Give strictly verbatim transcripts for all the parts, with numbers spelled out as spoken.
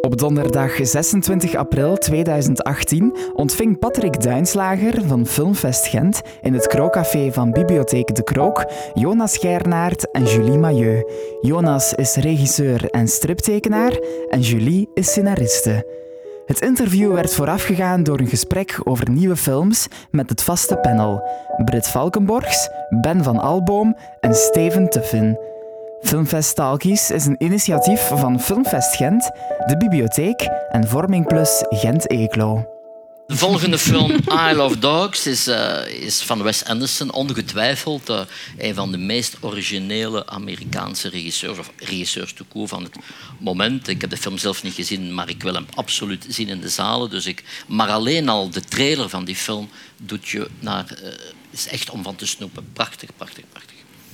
Op donderdag zesentwintig april tweeduizend achttien ontving Patrick Duinslager van Filmfest Gent in het Krookcafé van Bibliotheek De Krook Jonas Geirnaert en Julie Mailleu. Jonas is regisseur en striptekenaar en Julie is scenariste. Het interview werd voorafgegaan door een gesprek over nieuwe films met het vaste panel Britt Valkenborgs, Ben van Alboom en Steven Tuffin. Filmfest Talkies is een initiatief van Filmfest Gent, de bibliotheek en Vorming Plus Gent-Eeklo. De volgende film, Isle of Dogs, is, uh, is van Wes Anderson, ongetwijfeld uh, een van de meest originele Amerikaanse regisseurs, of regisseurs tout court van het moment. Ik heb de film zelf niet gezien, maar ik wil hem absoluut zien in de zalen. Dus ik, maar alleen al de trailer van die film doet je naar, uh, is echt om van te snoepen. Prachtig, prachtig, prachtig.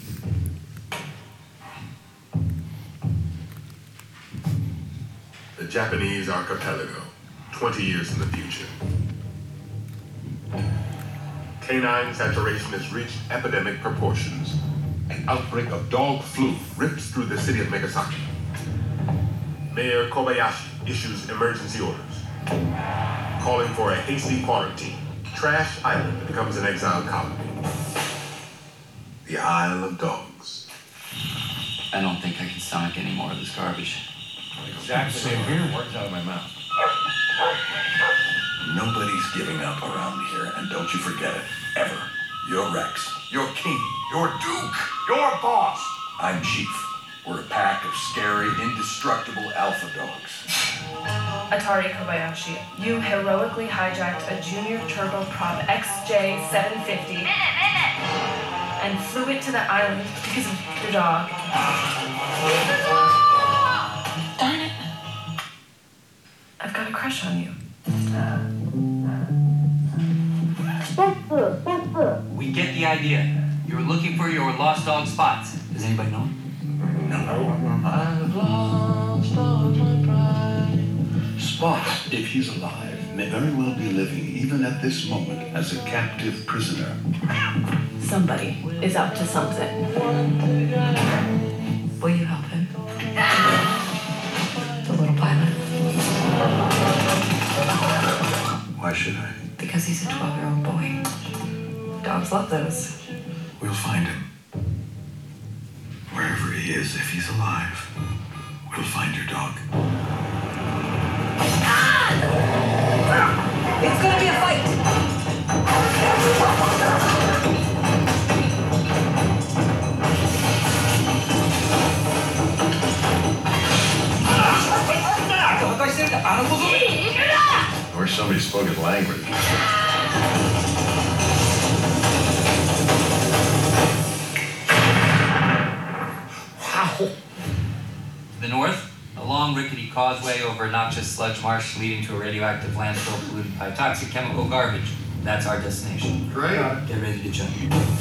The Japanese archipelago, twenty years in the future. Canine saturation has reached epidemic proportions. An outbreak of dog flu rips through the city of Megasaki. Mayor Kobayashi issues emergency orders, calling for a hasty quarantine. Trash Island becomes an exile colony. The Isle of Dogs. I don't think I can stomach any more of this garbage. Exactly. Same here. Words out of my mouth. Nobody's giving up around here, and don't you forget it, ever. You're Rex. You're king. You're duke. You're boss. I'm chief. We're a pack of scary, indestructible alpha dogs. Atari Kobayashi, you heroically hijacked a Junior Turboprop X J seven fifty minute, minute. and flew it to the island because of your dog. Darn it. I've got a crush on you. We get the idea. You're looking for your lost dog Spots. Does anybody know him? No. I've lost all my pride. Spots, if he's alive, may very well be living, even at this moment, as a captive prisoner. Somebody is up to something. Will you help him? The little pilot. Why should I? Because he's a twelve-year-old boy. Dogs love those. We'll find him. Wherever he is, if he's alive, we'll find your dog. It's gonna be a fight! Or somebody spoke his language. Wow. The north, a long rickety causeway over a noxious sludge marsh leading to a radioactive landfill polluted by toxic chemical garbage. That's our destination. Great. Get ready to jump.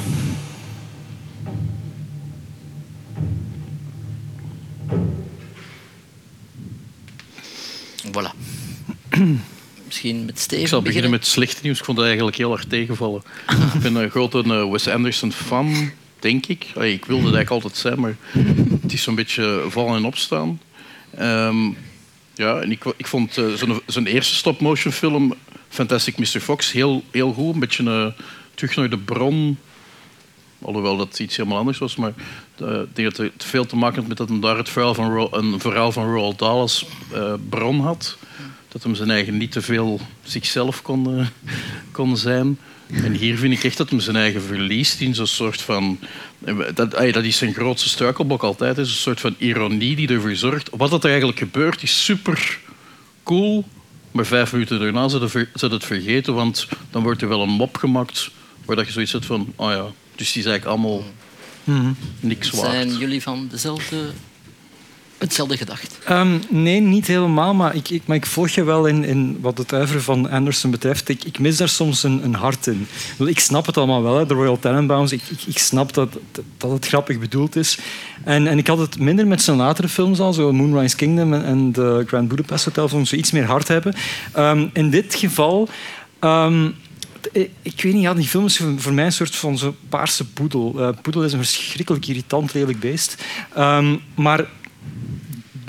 Voilà. Misschien met Steven Ik zal beginnen beginnen met slecht nieuws. Ik vond het eigenlijk heel erg tegenvallen. Ik ben een grote uh, Wes Anderson fan, denk ik. Allee, ik wilde het eigenlijk altijd zijn, maar het is zo'n beetje vallen en opstaan. Um, ja, en ik, ik vond uh, zijn, zijn eerste stop-motion film, Fantastic mister Fox, heel, heel goed. Een beetje uh, terug naar de bron. Alhoewel dat iets helemaal anders was, maar uh, ik denk dat het veel te maken had met dat hij daar het verhaal van, Ro- een verhaal van Roald Dahl als uh, bron had. Dat hem zijn eigen niet te veel zichzelf kon, uh, kon zijn. En hier vind ik echt dat hem zijn eigen verliest in zo'n soort van... Dat, ay, dat is zijn grootste struikelblok altijd. Is een soort van ironie die ervoor zorgt... Wat er eigenlijk gebeurt is super cool, maar vijf minuten daarna zit het vergeten, want dan wordt er wel een mop gemaakt waar dat je zoiets hebt van... Oh ja, dus die is eigenlijk allemaal mm-hmm. niks waard. Zijn jullie van dezelfde... hetzelfde gedacht? Um, nee, niet helemaal, maar ik, ik, maar ik volg je wel in, in wat het uiveren van Anderson betreft. Ik, ik mis daar soms een, een hart in. Ik snap het allemaal wel, hè, de Royal Tenenbaums. Ik, ik, ik snap dat, dat het grappig bedoeld is. En, en ik had het minder met zijn latere films al, zo Moonrise Kingdom en, en de Grand Budapest Hotel, om zo iets meer hart hebben. Um, in dit geval... Um, Ik weet niet, ja, die film is voor mij een soort van zo paarse poedel. Uh, poedel is een verschrikkelijk irritant, lelijk beest. Um, maar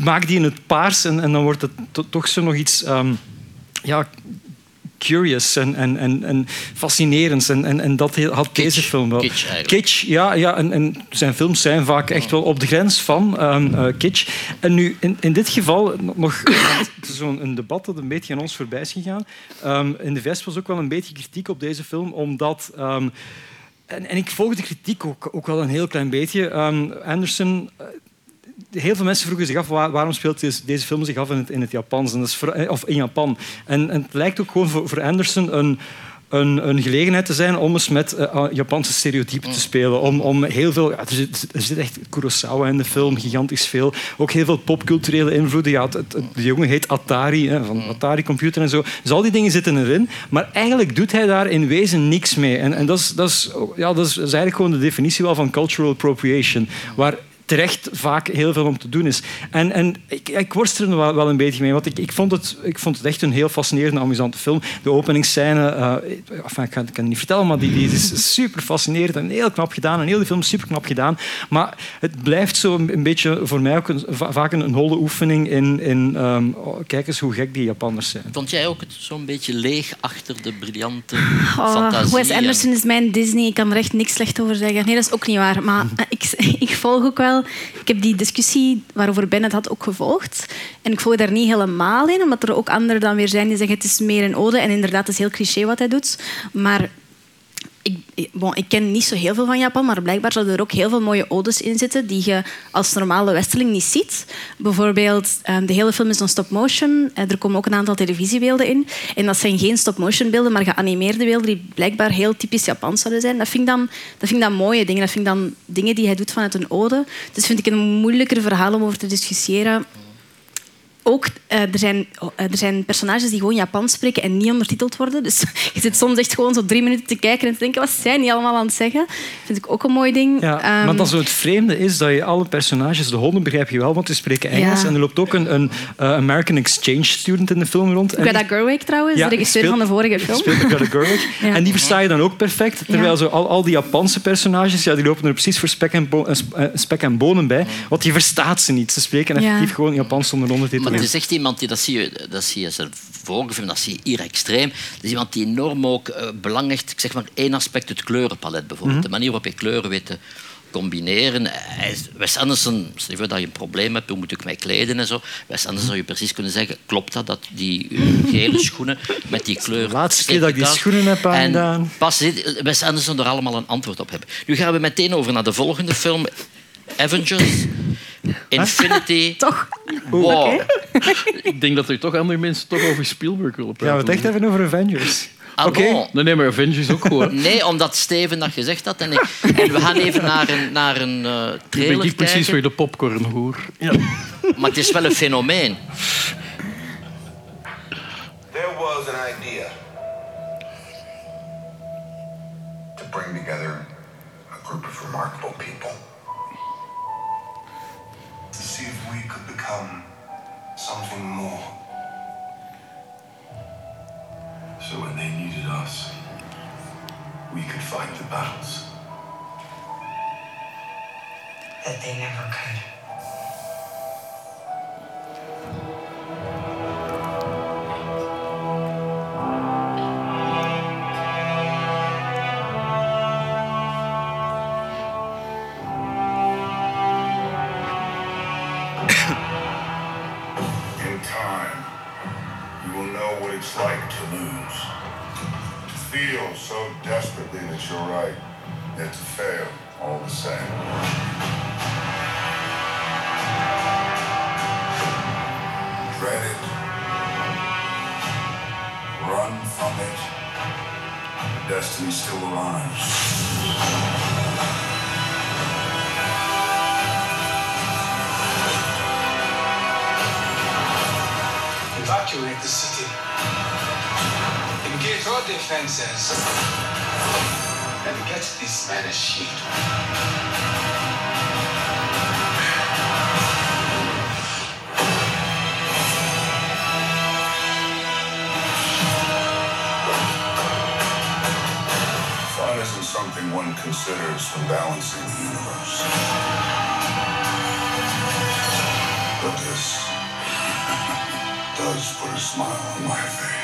maak die in het paars en, en dan wordt het to, toch zo nog iets... Um, ja, curious en, en, en, en fascinerends. En, en, en dat had kitsch. Deze film wel. Kitsch eigenlijk. Kitsch, ja. ja en, en zijn films zijn vaak echt wel op de grens van um, uh, kitsch. En nu, in, in dit geval, nog zo'n een debat dat een beetje aan ons voorbij is gegaan. Um, in de V S was ook wel een beetje kritiek op deze film, omdat... Um, en, en ik volg de kritiek ook, ook wel een heel klein beetje. Um, Anderson... Uh, Heel veel mensen vroegen zich af waar, waarom speelt deze, deze film zich af in het, in het Japans, en dat is voor, of in Japan. En, en het lijkt ook gewoon voor, voor Anderson een, een, een gelegenheid te zijn om eens met uh, Japanse stereotypen te spelen. Om, om heel veel, ja, er, zit, er zit echt Kurosawa in de film, gigantisch veel. Ook heel veel popculturele invloeden. Ja, het, het, de jongen heet Atari, hè, van Atari Computer en zo. Dus al die dingen zitten erin. Maar eigenlijk doet hij daar in wezen niks mee. En, en dat, is, dat, is, ja, dat is eigenlijk gewoon de definitie wel van cultural appropriation. Waar terecht vaak heel veel om te doen is. En, en ik, ik worstel er wel, wel een beetje mee, want ik, ik, vond het, ik vond het echt een heel fascinerende, amusante film. De openingsscène, uh, enfin, ik, kan, ik kan het niet vertellen, maar die, die is super fascinerend en heel knap gedaan. En heel die film is super knap gedaan. Maar het blijft zo een, een beetje voor mij ook een, vaak een, een holle oefening in, in um, oh, kijk eens hoe gek die Japanners zijn. Vond jij ook het zo'n beetje leeg achter de briljante oh, fantasie? Wes Anderson is mijn Disney, ik kan er echt niks slecht over zeggen. Nee, dat is ook niet waar. Maar uh, ik, ik volg ook wel... Ik heb die discussie waarover Ben het had ook gevolgd. En ik volg daar niet helemaal in, omdat er ook anderen dan weer zijn die zeggen het is meer een ode. En inderdaad, het is heel cliché wat hij doet. Maar ik, bon, ik ken niet zo heel veel van Japan, maar blijkbaar zouden er ook heel veel mooie odes in zitten die je als normale westerling niet ziet. Bijvoorbeeld, de hele film is een stop-motion. Er komen ook een aantal televisiebeelden in. En dat zijn geen stop-motion beelden, maar geanimeerde beelden die blijkbaar heel typisch Japans zouden zijn. Dat vind ik dan, dat vind ik dan mooie dingen. Dat vind ik dan dingen die hij doet vanuit een ode. Dus vind ik een moeilijker verhaal om over te discussiëren. Ook, uh, er, zijn, uh, er zijn personages die gewoon Japans spreken en niet ondertiteld worden. Dus je zit soms echt gewoon zo drie minuten te kijken en te denken, wat zijn die allemaal aan het zeggen? Dat vind ik ook een mooi ding. Ja, um, maar dat zo het vreemde is dat je alle personages, de honden begrijp je wel, want die spreken Engels. Ja. En er loopt ook een, een uh, American exchange student in de film rond. Greta Gerwig trouwens, ja, de regisseur speelt, van de vorige film. Speelt Greta Gerwig. Ja. En die versta je dan ook perfect. Terwijl Ja. zo al, al die Japanse personages, ja, die lopen er precies voor spek en, bo- uh, spek en bonen bij. Want je verstaat ze niet. Ze spreken effectief Ja. gewoon Japans zonder ondertiteling. Maar het is echt iemand die, dat zie je, dat zie je zijn vorige film, dat zie je hier extreem. Dat is iemand die enorm ook uh, belang hecht, ik zeg maar één aspect, het kleurenpalet bijvoorbeeld. Mm-hmm. De manier waarop je kleuren weet te combineren. Hij is, Wes Anderson, stel je voor dat je een probleem hebt, hoe moet ik mij kleden en zo. Wes Anderson zou je precies kunnen zeggen, klopt dat, dat die uh, gele schoenen met die kleur... De laatste keer dat ik die schoenen heb aangedaan. En pas dit, Wes Anderson er allemaal een antwoord op hebben. Nu gaan we meteen over naar de volgende film, Avengers... Infinity. Toch? Wow. Okay. Ik denk dat er toch andere mensen toch over Spielberg willen praten. Ja, we het echt even over Avengers. Ah, Oké. bon. Nee, nee, maar Avengers ook gewoon. Nee, omdat Steven dat gezegd had. En, ik, en we gaan even naar een, naar een uh, Nu trailer ben ik precies kijken. weer de popcornhoer. Ja. Maar het is wel een fenomeen. There was an idea to bring together a group of remarkable people. To see if we could become something more. So when they needed us, we could fight the battles that they never could. In time, you will know what it's like to lose. To feel so desperately that you're right, yet to fail all the same. Dread it. Run from it. Destiny still arrives. Evacuate the city. Engage all defenses. And get this man a shield. Fun isn't something one considers when balancing the universe. But This does put a smile on my face.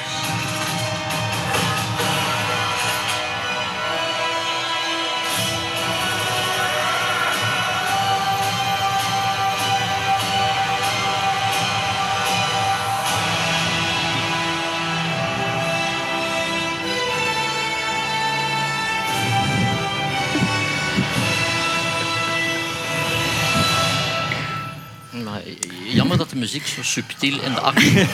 Jammer dat de muziek zo subtiel in de actie is.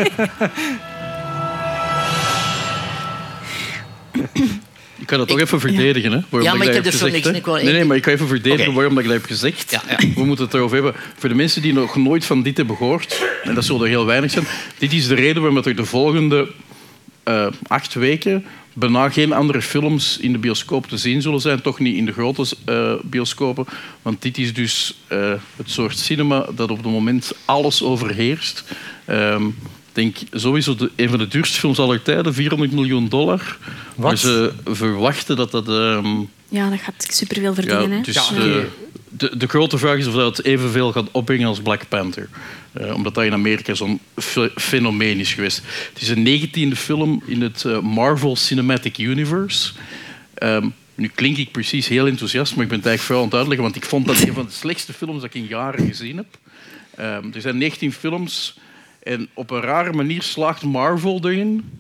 Ik kan dat toch even verdedigen. Hè, ja, maar ik heb dus zo niks... Ik nee, nee, maar ik ga even verdedigen okay. waarom dat ik dat heb gezegd. Ja, ja. We moeten het erover hebben. Voor de mensen die nog nooit van dit hebben gehoord, en dat zullen er heel weinig zijn, dit is de reden waarom er de volgende uh, acht weken bijna geen andere films in de bioscoop te zien zullen zijn. Toch niet in de grote uh, bioscopen. Want dit is dus uh, het soort cinema dat op het moment alles overheerst. Um, Ik denk sowieso de, een van de duurste films aller tijden, vierhonderd miljoen dollar. Wat? Maar ze verwachten dat dat... Um, ja, dat gaat superveel verdienen. Ja, dus ja, okay. uh, de, de grote vraag is of dat het evenveel gaat opbrengen als Black Panther. Uh, omdat dat in Amerika zo'n fe- fenomeen is geweest. Het is een negentiende film in het uh, Marvel Cinematic Universe. Um, nu klink ik precies heel enthousiast, maar ik ben het eigenlijk vooral aan het uitleggen, want ik vond dat een van de slechtste films dat ik in jaren gezien heb. Um, er zijn negentien films... En op een rare manier slaagt Marvel erin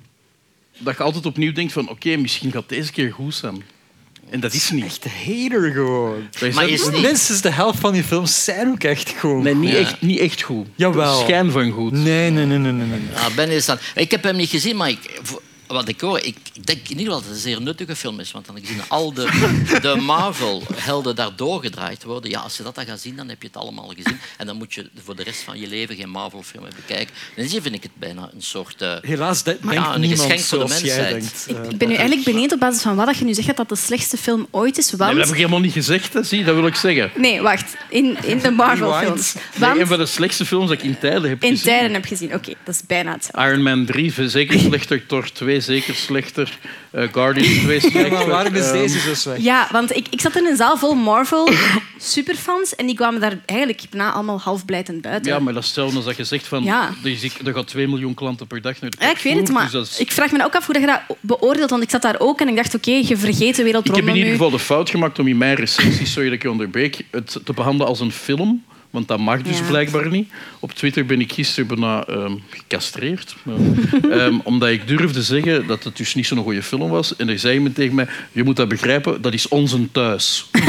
dat je altijd opnieuw denkt van oké, okay, misschien gaat deze keer goed zijn. En dat is niet. Echt hater gewoon. Dat maar is niet... Minstens de helft van die films zijn ook echt goed. Nee, niet, ja. echt, niet echt goed. Jawel. Schijn van goed. Nee, nee, nee. nee, nee. Ja, Ben is dan... Ik heb hem niet gezien, maar ik... Wat ik hoor, ik denk in ieder geval dat het een zeer nuttige film is. Want dan gezien al de, de Marvel-helden daar doorgedraaid worden. Ja, als je dat dan gaat zien, dan heb je het allemaal gezien. En dan moet je voor de rest van je leven geen Marvel-film hebben kijken. En dan vind ik het bijna een soort... Uh, Helaas, dat denkt ja, een niemand geschenk voor de mensheid. Denkt, uh, ik, ik ben nu eigenlijk benieuwd op basis van wat je nu zegt dat dat de slechtste film ooit is. Want... Nee, dat heb ik helemaal niet gezegd, hè. Zie, dat wil ik zeggen. Nee, wacht. In, in de Marvel-films. Want... Nee, een van de slechtste films dat ik in tijden heb in gezien. In tijden heb gezien, oké. Okay, dat is bijna hetzelfde. Iron Man drie, zeker slechter. Thor twee, zeker slechter. Uh, Guardians twee slechter. Ja, maar waarom is um... deze zo slecht? Ja, want ik, ik zat in een zaal vol Marvel-superfans en die kwamen daar eigenlijk na allemaal half blijtend buiten. Ja, maar dat is hetzelfde als dat je zegt van... Ja. Er gaat twee miljoen klanten per dag naar de ja, ik weet het, maar dus is... ik vraag me ook af hoe je dat beoordeelt, want ik zat daar ook en ik dacht, oké, okay, je vergeet de wereld rondom nu. Ik heb in ieder geval de fout gemaakt om in mijn recensie, sorry dat ik je onderbreek, het te behandelen als een film. Want dat mag dus ja. blijkbaar niet. Op Twitter ben ik gisteren bijna um, gecastreerd. um, omdat ik durfde zeggen dat het dus niet zo'n goede film was. En dan zei iemand tegen mij, je moet dat begrijpen, dat is onze thuis. Ja.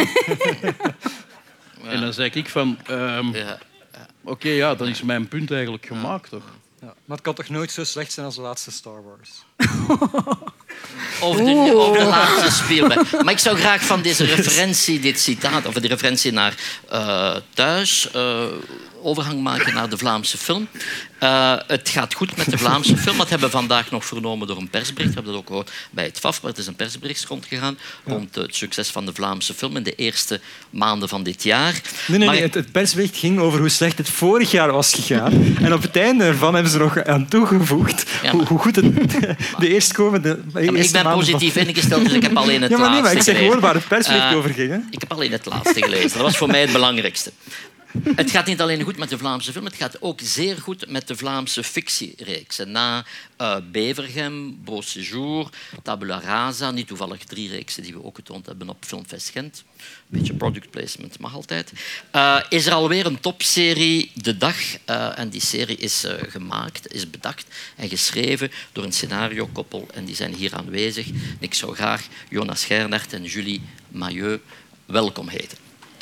En dan zei ik van... Um, ja. Oké, okay, ja, dan is mijn punt eigenlijk gemaakt, toch? Ja. Maar het kan toch nooit zo slecht zijn als de laatste Star Wars? Of de, of de laatste Spielberg. Maar ik zou graag van deze referentie, dit citaat, of de referentie naar uh, thuis, uh, overgang maken naar de Vlaamse film. Uh, het gaat goed met de Vlaamse film. Dat hebben we vandaag nog vernomen door een persbericht. We hebben dat ook gehoord bij het F A F, maar het is een persbericht rondgegaan ja. rond het succes van de Vlaamse film in de eerste maanden van dit jaar. Nee, nee, maar... nee het, het persbericht ging over hoe slecht het vorig jaar was gegaan. En op het einde ervan hebben ze er nog aan toegevoegd ja, maar... hoe, hoe goed het de, de eerstkomende de ja, Ik ben positief van... ingesteld, dus ik heb alleen het ja, maar laatste nee, maar ik zeg gelezen. gewoon waar het persbericht uh, over ging. Hè? Ik heb alleen het laatste gelezen. Dat was voor mij het belangrijkste. Het gaat niet alleen goed met de Vlaamse film, het gaat ook zeer goed met de Vlaamse fictiereeksen. Na uh, Bevergem, Beau Séjour, Tabula Rasa, niet toevallig drie reeksen die we ook getoond hebben op Filmfest Gent. Een beetje product placement mag altijd. Uh, is er alweer een topserie De Dag. Uh, en die serie is uh, gemaakt, is bedacht en geschreven door een scenariokoppel. En die zijn hier aanwezig. Ik zou graag Jonas Schernaert en Julie Mailleux welkom heten.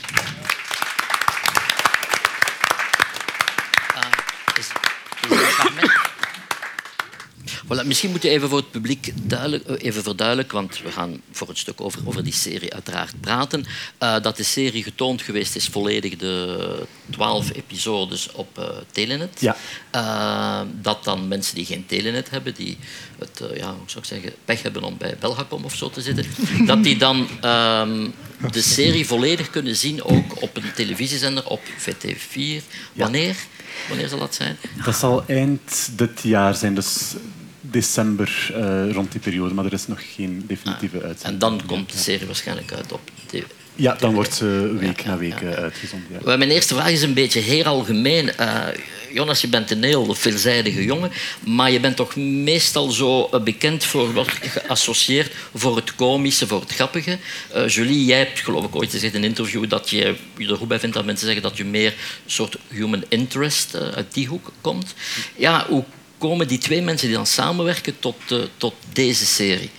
Voilà, misschien moet je even voor het publiek duidelijk, even verduidelijken, want we gaan voor een stuk over, over die serie uiteraard praten, uh, dat de serie getoond geweest is volledig de twaalf episodes op uh, Telenet. Ja. Uh, dat dan mensen die geen Telenet hebben, die het uh, ja, hoe zou ik zeggen, pech hebben om bij Belgacom of zo te zitten, dat die dan uh, de serie volledig kunnen zien ook op een televisiezender op V T vier. Wanneer? Wanneer zal dat zijn? Dat zal eind dit jaar zijn. Dus december uh, rond die periode, maar er is nog geen definitieve ah, uitzending. En dan komt de serie waarschijnlijk uit op T V. Ja, dan wordt ze week ja, na week ja, ja. uitgezonden. Ja. Mijn eerste vraag is een beetje heel algemeen. Uh, Jonas, je bent een heel veelzijdige jongen, maar je bent toch meestal zo bekend voor, wordt geassocieerd voor het komische, voor het grappige. Uh, Julie, jij hebt geloof ik ooit gezegd in een interview dat je je er goed bij vindt dat mensen zeggen dat je meer een soort human interest uh, uit die hoek komt. Ja, hoe komen die twee mensen die dan samenwerken tot, uh, tot deze serie?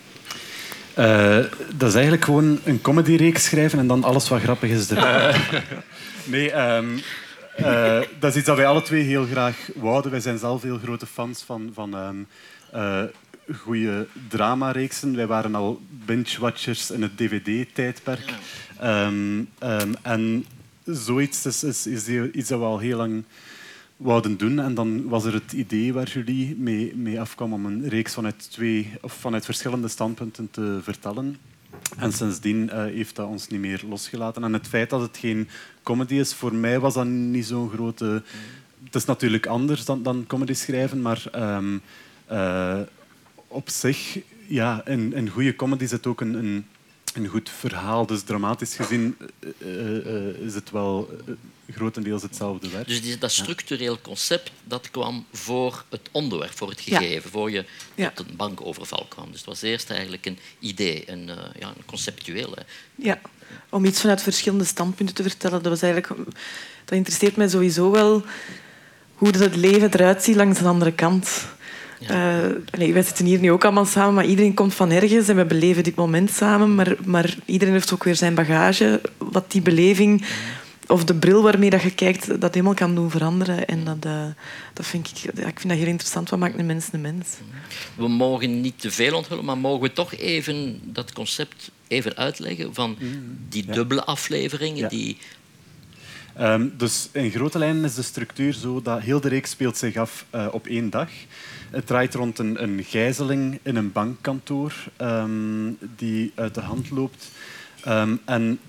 Uh, dat is eigenlijk gewoon een comedyreeks schrijven en dan alles wat grappig is erin. Nee, um, uh, dat is iets dat wij alle twee heel graag wouden. Wij zijn zelf heel grote fans van, van um, uh, goede dramareeksen. Wij waren al binge-watchers in het D V D-tijdperk. Um, um, en zoiets is, is, is iets dat we al heel lang wouden doen. En dan was er het idee waar Julie mee, mee afkwam om een reeks vanuit, twee, of vanuit verschillende standpunten te vertellen. En sindsdien uh, heeft dat ons niet meer losgelaten. En het feit dat het geen comedy is, voor mij was dat niet zo'n grote... Het is natuurlijk anders dan, dan comedy schrijven, maar um, uh, op zich, ja, in, in goede comedy zit ook een, een, een goed verhaal. Dus dramatisch gezien uh, uh, is het wel... Uh, grotendeels hetzelfde werk. Dus die, dat structureel concept dat kwam voor het onderwerp, voor het gegeven, ja. voor je ja. tot een bankoverval kwam. Dus het was eerst eigenlijk een idee, een, uh, ja, een conceptuele. Ja, om iets vanuit verschillende standpunten te vertellen. Dat, was eigenlijk, dat interesseert mij sowieso wel, hoe het leven eruit ziet langs de andere kant. Ja. Uh, nee, wij zitten hier nu ook allemaal samen, maar iedereen komt van ergens en we beleven dit moment samen, maar, maar iedereen heeft ook weer zijn bagage, wat die beleving... Of de bril waarmee dat je kijkt, dat helemaal kan doen veranderen. En dat, uh, dat vind ik, ja, ik vind dat heel interessant. Wat maakt een mens een mens? We mogen niet te veel onthullen, maar mogen we toch even dat concept even uitleggen van die ja. dubbele afleveringen? Ja. Die... Um, dus in grote lijnen is de structuur zo dat heel de reeks speelt zich af uh, op één dag. Het draait rond een, een gijzeling in een bankkantoor um, die uit de hand loopt. Um, en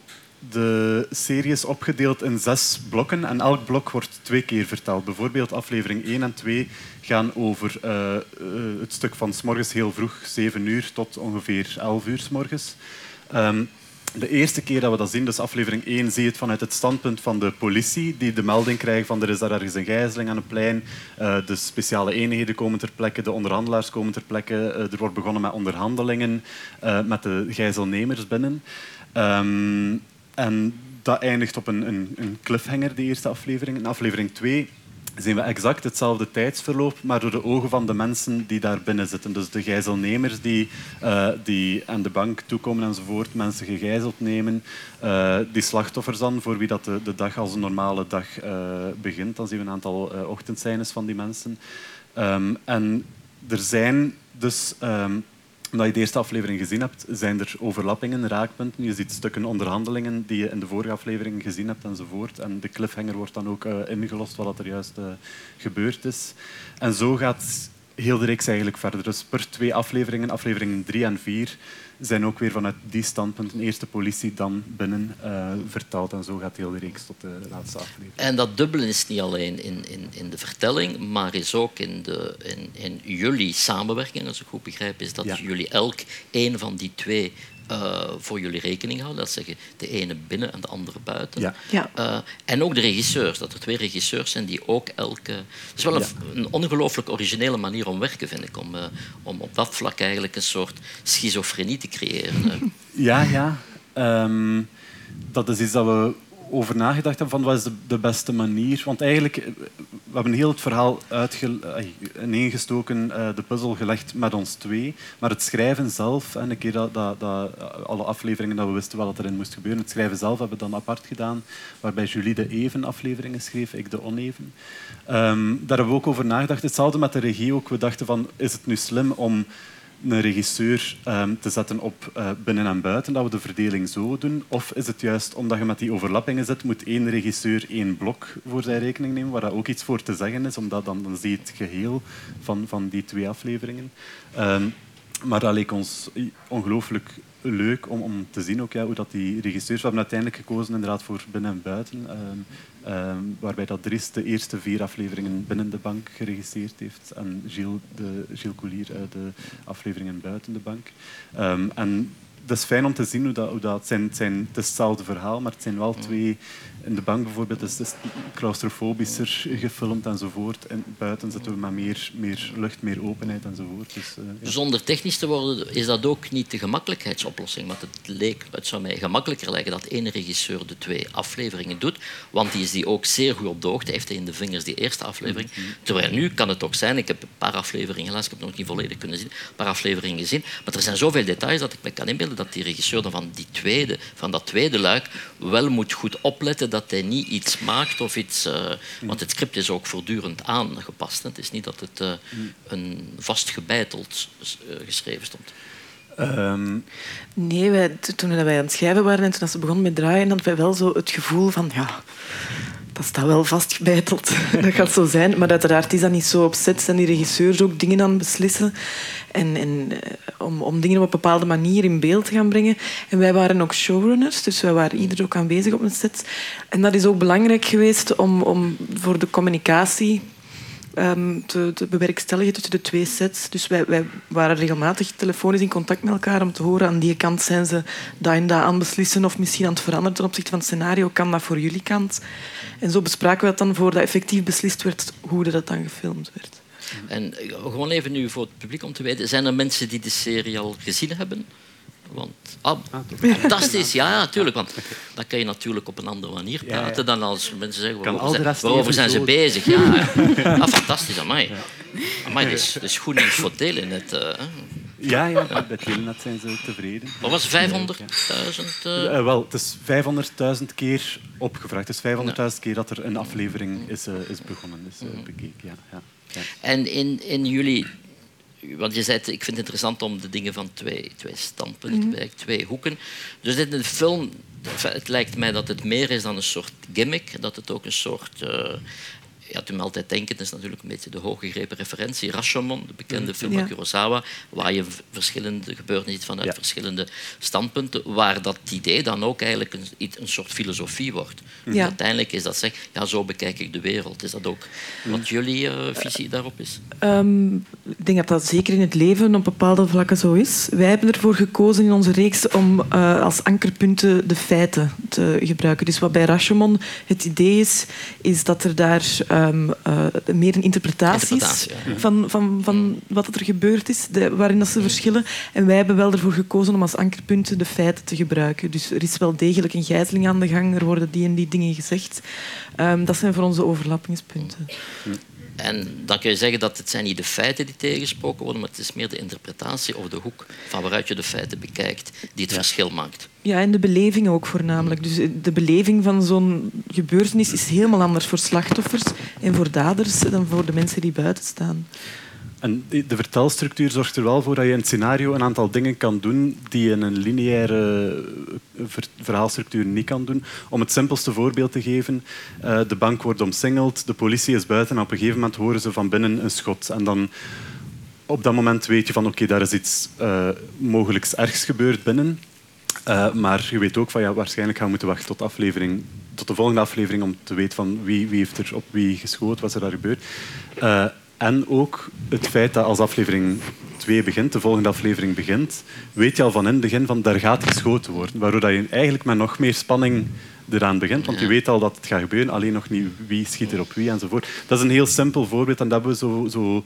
de serie is opgedeeld in zes blokken en elk blok wordt twee keer verteld. Bijvoorbeeld aflevering één en twee gaan over uh, uh, het stuk van 's morgens heel vroeg, zeven uur, tot ongeveer elf uur 's morgens. Um, de eerste keer dat we dat zien, dus aflevering één, zie je het vanuit het standpunt van de politie, die de melding krijgt van er is daar ergens een gijzeling aan het plein. Uh, de speciale eenheden komen ter plekke, de onderhandelaars komen ter plekke. Uh, er wordt begonnen met onderhandelingen uh, met de gijzelnemers binnen. Um, En dat eindigt op een, een, een cliffhanger, de eerste aflevering. In aflevering twee zien we exact hetzelfde tijdsverloop, maar door de ogen van de mensen die daar binnen zitten. Dus de gijzelnemers die, uh, die aan de bank toekomen enzovoort, mensen gegijzeld nemen. Uh, die slachtoffers dan, voor wie dat de, de dag als een normale dag uh, begint. Dan zien we een aantal uh, ochtendscènes van die mensen. Um, en er zijn dus... Um, omdat je de eerste aflevering gezien hebt, zijn er overlappingen, raakpunten. Je ziet stukken onderhandelingen die je in de vorige aflevering gezien hebt enzovoort. En de cliffhanger wordt dan ook uh, ingelost wat er juist uh, gebeurd is. En zo gaat heel de reeks eigenlijk verder. Dus per twee afleveringen, afleveringen drie en vier, zijn ook weer vanuit die standpunten eerst de politie, dan binnen uh, verteld. En zo gaat heel de reeks tot de laatste aflevering. En dat dubbelen is niet alleen in, in, in de vertelling, maar is ook in, de, in, in jullie samenwerking. Als ik goed begrijp, is dat ja. jullie elk één van die twee uh, voor jullie rekening houden. Dat zeggen de ene binnen en de andere buiten. Ja. Ja. Uh, en ook de regisseurs. Dat er twee regisseurs zijn die ook elke... Het is wel een, ja. een ongelooflijk originele manier om werken, vind ik. Om, uh, om op dat vlak eigenlijk een soort schizofrenie te creëren. Ja, ja. Um, dat is iets dat we over nagedacht hebben van wat is de, de beste manier. Want eigenlijk, we hebben heel het verhaal uitge, ineengestoken, uh, de puzzel gelegd met ons twee. Maar het schrijven zelf, en een keer dat, dat, dat alle afleveringen dat we wisten wat erin moest gebeuren, het schrijven zelf hebben we dan apart gedaan, waarbij Julie de even afleveringen schreef, ik de oneven. Um, daar hebben we ook over nagedacht. Hetzelfde met de regie ook. We dachten van, is het nu slim om een regisseur um, te zetten op uh, binnen en buiten, dat we de verdeling zo doen? Of is het juist omdat je met die overlappingen zit, moet één regisseur één blok voor zijn rekening nemen, waar dat ook iets voor te zeggen is, omdat dan, dan zie je het geheel van, van die twee afleveringen. Um, maar dat leek ons ongelooflijk leuk om, om te zien ook, ja, hoe dat die regisseurs... We hebben uiteindelijk gekozen inderdaad voor Binnen en Buiten. Um, um, waarbij dat Dries de eerste vier afleveringen Binnen de Bank geregisseerd heeft. En Gilles, de, Gilles Coulier uh, de afleveringen Buiten de Bank. Um, en dat is fijn om te zien hoe dat... Hoe dat het, zijn, het, zijn, het is hetzelfde verhaal, maar het zijn wel twee... In de bank bijvoorbeeld is het claustrofobischer gefilmd enzovoort. En buiten zitten we met meer, meer lucht, meer openheid enzovoort. Dus, uh, ja. Zonder technisch te worden is dat ook niet de gemakkelijkheidsoplossing. Want het, leek, het zou mij gemakkelijker lijken dat één regisseur de twee afleveringen doet. Want die is die ook zeer goed op de hoogte. Hij heeft in de vingers die eerste aflevering. Terwijl nu kan het ook zijn... Ik heb een paar afleveringen helaas, ik heb het nog niet volledig kunnen zien. Een paar afleveringen gezien. Maar er zijn zoveel details dat ik me kan inbeelden dat die regisseur dan van, die tweede, van dat tweede luik wel moet goed opletten dat hij niet iets maakt of iets... Uh, want het script is ook voortdurend aangepast. Hè. Het is niet dat het uh, een vastgebeiteld uh, geschreven stond. Um. Nee, wij, toen wij aan het schrijven waren en toen ze begonnen met draaien, hadden wij wel zo het gevoel van... ja, dat staat wel vastgebeiteld. Dat gaat zo zijn. Maar uiteraard is dat niet zo. Op set zijn die regisseurs ook dingen aan het beslissen. En, en, om, om dingen op een bepaalde manier in beeld te gaan brengen. En wij waren ook showrunners, dus wij waren ieder ook aanwezig op een set. En dat is ook belangrijk geweest om, om voor de communicatie um, te, te bewerkstelligen tussen de twee sets. Dus wij, wij waren regelmatig telefonisch in contact met elkaar om te horen aan die kant zijn ze dat en dat aan het beslissen of misschien aan het veranderen ten opzichte van het scenario. Kan dat voor jullie kant? En zo bespraken we dat dan voordat effectief beslist werd hoe dat dan gefilmd werd. En gewoon even nu voor het publiek om te weten, zijn er mensen die de serie al gezien hebben? Want, ah, fantastisch, ja, natuurlijk. Want dan kan je natuurlijk op een andere manier praten ja, ja. dan als mensen zeggen waarover, zijn, waarover zijn ze bezig. Ja, ah, fantastisch, amai. Amai, dat is, dat is goed nieuws voor Telenet. Uh, Ja, ja, bij Telenet zijn ze tevreden. Wat was vijfhonderdduizend? Uh... Uh, wel, het is vijfhonderdduizend keer opgevraagd. Het is vijfhonderdduizend keer dat er een aflevering is, uh, is begonnen, is uh, bekeken. Ja, ja, ja. En in, in jullie... Want je zei, ik vind het interessant om de dingen van twee, twee standpunten, mm. twee hoeken. Dus dit in de film, het lijkt mij dat het meer is dan een soort gimmick, dat het ook een soort... Uh, ja, toen me altijd denken, dat is natuurlijk een beetje de hooggegrepen referentie. Rashomon, de bekende film van ja. Kurosawa, waar je verschillende gebeurtenissen ziet vanuit ja. verschillende standpunten, waar dat idee dan ook eigenlijk een, een soort filosofie wordt. Ja. Dus uiteindelijk is dat zeg, ja, zo bekijk ik de wereld. Is dat ook wat jullie uh, visie daarop is? Um, ik denk dat dat zeker in het leven op bepaalde vlakken zo is. Wij hebben ervoor gekozen in onze reeks om uh, als ankerpunten de feiten te gebruiken. Dus wat bij Rashomon het idee is, is dat er daar Um, uh, meer een interpretatie, interpretatie ja. van, van, van wat er gebeurd is, de, waarin dat ze verschillen. En wij hebben wel ervoor gekozen om als ankerpunten de feiten te gebruiken. Dus er is wel degelijk een gijzeling aan de gang, er worden die en die dingen gezegd. Um, dat zijn voor onze overlappingspunten. En dan kun je zeggen dat het zijn niet de feiten die tegensproken worden, maar het is meer de interpretatie of de hoek van waaruit je de feiten bekijkt die het ja. verschil maakt. Ja, en de beleving ook voornamelijk. Dus de beleving van zo'n gebeurtenis is helemaal anders voor slachtoffers en voor daders dan voor de mensen die buiten staan. En de vertelstructuur zorgt er wel voor dat je in het scenario een aantal dingen kan doen die je in een lineaire verhaalstructuur niet kan doen. Om het simpelste voorbeeld te geven, uh, de bank wordt omsingeld, de politie is buiten en op een gegeven moment horen ze van binnen een schot. En dan op dat moment weet je van oké, okay, daar is iets uh, mogelijks ergs gebeurd binnen. Uh, maar je weet ook van ja, waarschijnlijk gaan we moeten wachten tot, aflevering, tot de volgende aflevering om te weten van wie, wie heeft er op wie geschoten, wat is er daar gebeurd. Uh, En ook het feit dat als aflevering twee begint, de volgende aflevering begint, weet je al van in het begin van daar gaat geschoten worden. Waardoor dat je eigenlijk met nog meer spanning eraan begint. Want je weet al dat het gaat gebeuren, alleen nog niet wie schiet er op wie enzovoort. Dat is een heel simpel voorbeeld en dat hebben we zo, zo,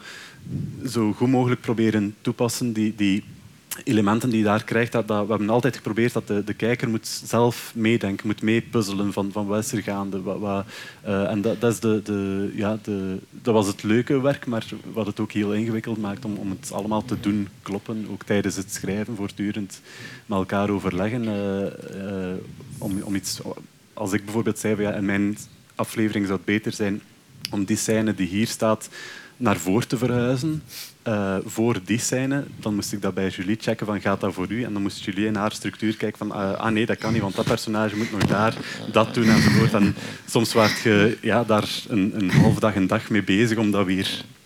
zo goed mogelijk proberen toepassen. Die, die elementen die je daar krijgt, dat, dat, we hebben altijd geprobeerd dat de, de kijker moet zelf meedenken, moet meepuzzelen van, van wat is er gaande. Wat, wat, uh, en dat, dat, is de, de, ja, de, dat was het leuke werk, maar wat het ook heel ingewikkeld maakt om, om het allemaal te doen kloppen. Ook tijdens het schrijven, voortdurend met elkaar overleggen. Uh, uh, om, om iets, als ik bijvoorbeeld zei, ja, in mijn aflevering zou het beter zijn om die scène die hier staat naar voren te verhuizen. Uh, voor die scène, dan moest ik dat bij Julie checken van gaat dat voor u? En dan moest Julie in haar structuur kijken van uh, ah nee, dat kan niet, want dat personage moet nog daar dat doen enzovoort. En soms was je ja, daar een, een halve dag, een dag mee bezig om dat weer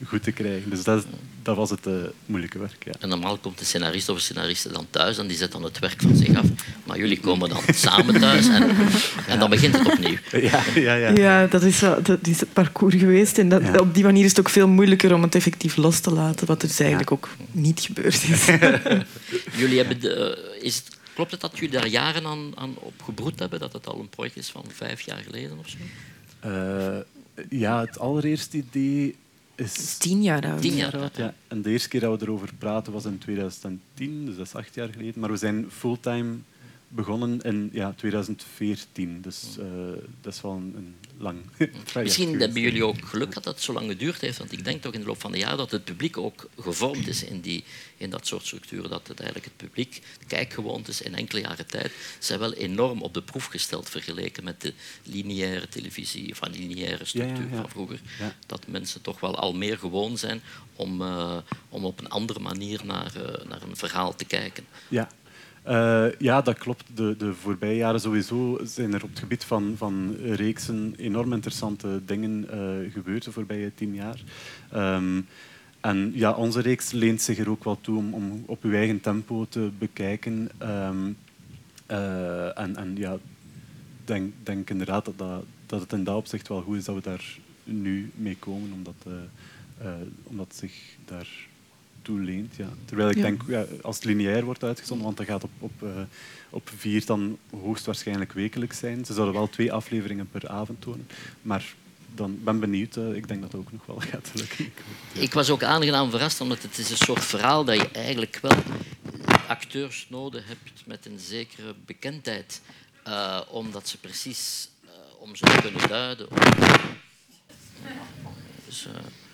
goed te krijgen. Dus dat, dat was het uh, moeilijke werk. Ja. En normaal komt de scenarist of de scenariste dan thuis en die zet dan het werk van zich af. Maar jullie komen dan samen thuis en, en dan begint het opnieuw. Ja, ja, ja. ja dat, is, dat is het parcours geweest. En dat, ja. op die manier is het ook veel moeilijker om het effectief los te laten, wat er dus eigenlijk ja. ook niet gebeurd is. Jullie hebben de, is het, klopt het dat jullie daar jaren aan, aan op gebroed hebben? Dat het al een project is van vijf jaar geleden of zo? Uh, ja, het allereerste idee is... Tien jaar oud. Tien jaar oud, ja. En de eerste keer dat we erover praten was in tweeduizend tien, dus dat is acht jaar geleden. Maar we zijn fulltime begonnen in ja, tweeduizend veertien. Dus uh, dat is wel een, een lang traject. Misschien hebben jullie ook geluk dat het zo lang geduurd heeft. Want ik denk toch in de loop van de jaren dat het publiek ook gevormd is in, die, in dat soort structuren. Dat het eigenlijk het publiek, de kijkgewoontes in enkele jaren tijd, zijn wel enorm op de proef gesteld vergeleken met de lineaire televisie, of een lineaire structuur ja, ja, ja. van vroeger. Ja. Dat mensen toch wel al meer gewoon zijn om, uh, om op een andere manier naar, uh, naar een verhaal te kijken. Ja. Uh, ja, dat klopt. De, de voorbije jaren sowieso zijn er op het gebied van, van reeksen enorm interessante dingen uh, gebeurd de voorbije tien jaar. Um, en ja, onze reeks leent zich er ook wel toe om, om op uw eigen tempo te bekijken. Um, uh, en en ja, denk, denk inderdaad dat, dat, dat het in dat opzicht wel goed is dat we daar nu mee komen, omdat, uh, uh, omdat het zich daar... toeleent. Ja. Terwijl ik ja. denk, ja, als het lineair wordt uitgezonden, want dat gaat op, op, uh, op vier dan hoogstwaarschijnlijk wekelijks zijn. Ze zouden wel twee afleveringen per avond tonen. Maar dan ben benieuwd. Uh, ik denk dat dat ook nog wel gaat lukken. Ik was ook aangenaam verrast, omdat het is een soort verhaal dat je eigenlijk wel acteurs nodig hebt met een zekere bekendheid. Uh, omdat ze precies, uh, om ze te kunnen duiden. Om... Dus, uh,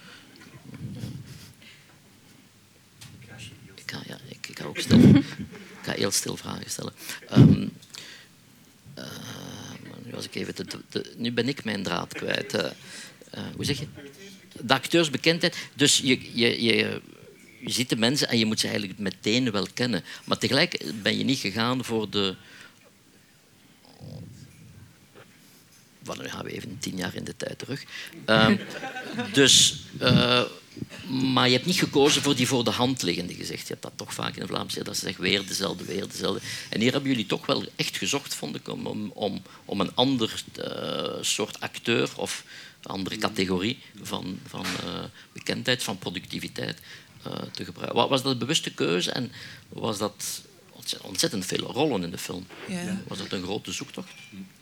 Ik ga, ja, ik, ik ga ook stil. Ik ga heel stil vragen stellen. Um, uh, nu, was ik even de, de, nu ben ik mijn draad kwijt. Uh, uh, hoe zeg je? De acteursbekendheid. Dus je, je, je, je ziet de mensen en je moet ze eigenlijk meteen wel kennen. Maar tegelijk ben je niet gegaan voor de... Well, nu gaan we even tien jaar in de tijd terug. Uh, dus... Uh, Maar je hebt niet gekozen voor die voor de hand liggende gezicht. Je hebt dat toch vaak in het Vlaams, dat ze zeggen weer dezelfde, weer dezelfde. En hier hebben jullie toch wel echt gezocht, vond ik, om, om, om een ander uh, soort acteur of een andere categorie van, van uh, bekendheid, van productiviteit uh, te gebruiken. Was dat een bewuste keuze en was dat ontzettend veel rollen in de film? Ja. Was dat een grote zoektocht?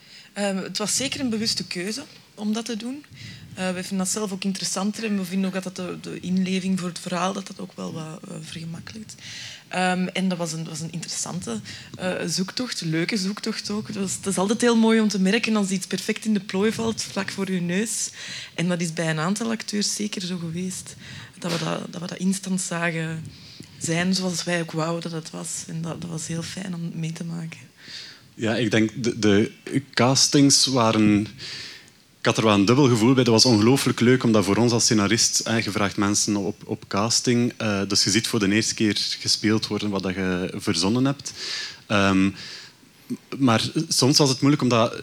Um, het was zeker een bewuste keuze om dat te doen. Uh, we vinden dat zelf ook interessanter en we vinden ook dat de, de inleving voor het verhaal dat dat ook wel wat uh, vergemakkelijkt. Um, en dat was een, was een interessante uh, zoektocht, een leuke zoektocht ook. Het, was, het is altijd heel mooi om te merken als iets perfect in de plooi valt, vlak voor je neus. En dat is bij een aantal acteurs zeker zo geweest. Dat we dat, dat, we dat instant zagen zijn zoals wij ook wouden dat het was. En dat, dat was heel fijn om mee te maken. Ja, ik denk de, de castings waren... Ik had er wel een dubbel gevoel bij. Dat was ongelooflijk leuk, omdat voor ons als scenarist... Eh, je vraagt mensen op, op casting. Uh, dus je ziet voor de eerste keer gespeeld worden wat je verzonnen hebt. Um, maar soms was het moeilijk, omdat...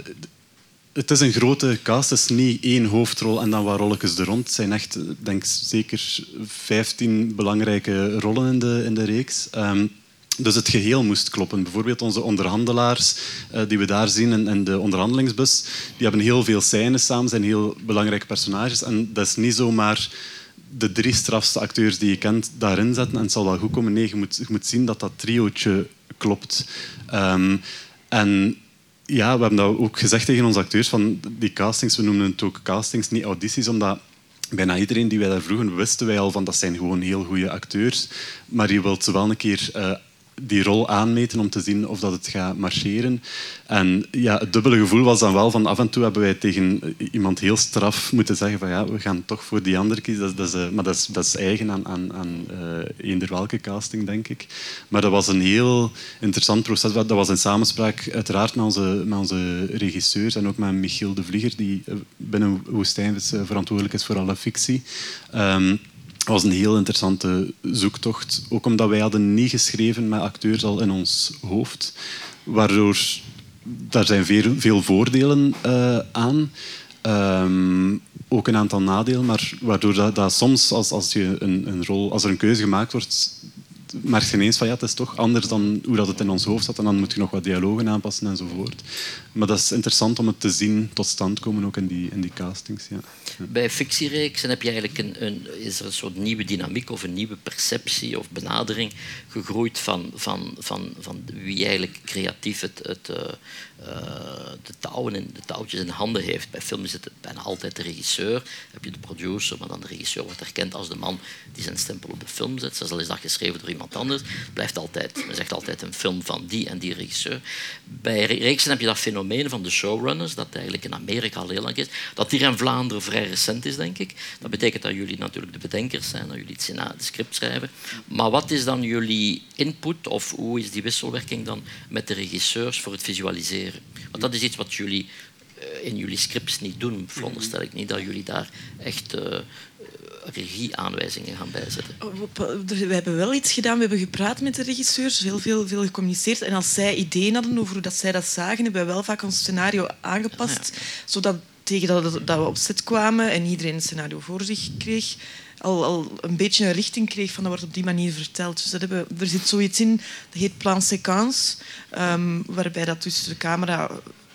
Het is een grote cast, het is niet één hoofdrol en dan wat rolletjes er rond. Het zijn echt, denk zeker vijftien belangrijke rollen in de, in de reeks. Um, Dus het geheel moest kloppen. Bijvoorbeeld onze onderhandelaars uh, die we daar zien in, in de onderhandelingsbus, die hebben heel veel scènes samen, zijn heel belangrijke personages. En dat is niet zomaar de drie strafste acteurs die je kent daarin zetten en het zal wel goed komen. Nee, je moet, je moet zien dat dat triootje klopt. Um, en ja, we hebben dat ook gezegd tegen onze acteurs, van die castings, we noemen het ook castings, niet audities, omdat bijna iedereen die wij daar vroegen, wisten wij al van dat zijn gewoon heel goede acteurs. Maar je wilt ze wel een keer... Uh, die rol aanmeten om te zien of dat het gaat marcheren. En ja, het dubbele gevoel was dan wel van af en toe hebben wij tegen iemand heel straf moeten zeggen van ja, we gaan toch voor die andere kiezen. Dat is, dat is, maar dat is, dat is eigen aan, aan, aan uh, eender welke casting, denk ik. Maar dat was een heel interessant proces. Dat was in samenspraak uiteraard met onze, met onze regisseurs en ook met Michiel de Vlieger, die binnen Woestijnvis verantwoordelijk is voor alle fictie. Um, Het was een heel interessante zoektocht. Ook omdat wij hadden niet geschreven met acteurs al in ons hoofd. Waardoor daar zijn veel, veel voordelen uh, aan. Um, ook een aantal nadelen, maar waardoor dat, dat soms, als, als, je een, een rol, als er een keuze gemaakt wordt, merk je ineens van ja, het is toch anders dan hoe dat het in ons hoofd zat en dan moet je nog wat dialogen aanpassen enzovoort. Maar dat is interessant om het te zien tot stand komen ook in die, in die castings. Ja. Ja. Bij fictiereeksen heb je eigenlijk een, een, is er een soort nieuwe dynamiek of een nieuwe perceptie of benadering gegroeid van, van, van, van wie eigenlijk creatief het, het, uh, uh, de, touwen in, de touwtjes in handen heeft. Bij film is het bijna altijd de regisseur. Heb je de producer, maar dan de regisseur wordt erkend als de man die zijn stempel op de film zet. Zelfs al is dat geschreven door iemand anders. Het blijft altijd, men zegt altijd een film van die en die regisseur. Bij reeksen heb je dat fenomeen van de showrunners, dat eigenlijk in Amerika al heel lang is, dat hier in Vlaanderen vrij recent is, denk ik. Dat betekent dat jullie natuurlijk de bedenkers zijn, dat jullie het script schrijven. Maar wat is dan jullie input, of hoe is die wisselwerking dan met de regisseurs voor het visualiseren? Want dat is iets wat jullie in jullie scripts niet doen, veronderstel ik niet, dat jullie daar echt uh, regieaanwijzingen gaan bijzetten. We hebben wel iets gedaan. We hebben gepraat met de regisseurs, heel veel, veel gecommuniceerd. En als zij ideeën hadden over hoe dat zij dat zagen, hebben we wel vaak ons scenario aangepast, ja, ja. zodat tegen dat, dat we op set kwamen en iedereen een scenario voor zich kreeg, al, al een beetje een richting kreeg van dat wordt op die manier verteld. Dus dat hebben, er zit zoiets in, dat heet plan séquence, um, waarbij dat dus de camera...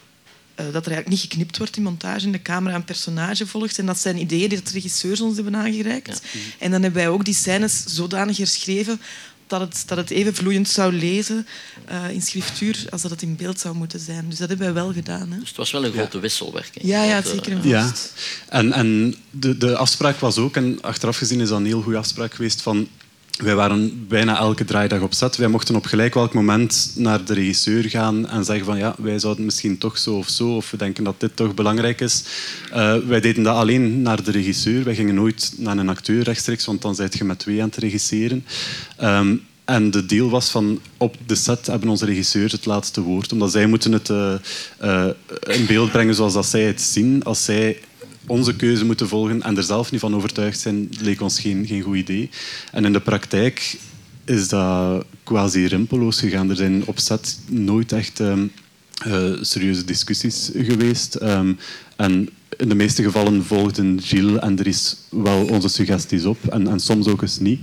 Uh, dat er eigenlijk niet geknipt wordt in montage en de camera een personage volgt. En dat zijn ideeën die de regisseurs ons hebben aangereikt. Ja. En dan hebben wij ook die scènes zodanig herschreven dat het, dat het even vloeiend zou lezen uh, in schriftuur als dat het in beeld zou moeten zijn. Dus dat hebben wij wel gedaan. Hè. Dus het was wel een grote ja. wisselwerking. Ja, ja, zeker een ja. En, en de, de afspraak was ook, en achteraf gezien is dat een heel goede afspraak geweest, van wij waren bijna elke draaidag op set. Wij mochten op gelijk welk moment naar de regisseur gaan en zeggen van ja, wij zouden misschien toch zo of zo, of we denken dat dit toch belangrijk is. Uh, wij deden dat alleen naar de regisseur. Wij gingen nooit naar een acteur rechtstreeks, want dan zit je met twee aan het regisseren. Um, en de deal was van op de set hebben onze regisseurs het laatste woord, omdat zij moeten het uh, uh, in beeld brengen zoals dat zij het zien. Als zij onze keuze moeten volgen en er zelf niet van overtuigd zijn, leek ons geen, geen goed idee. En in de praktijk is dat quasi rimpeloos gegaan. Er zijn op set nooit echt um, uh, serieuze discussies geweest. Um, en in de meeste gevallen volgden Gilles en er is wel onze suggesties op. En, en soms ook eens niet.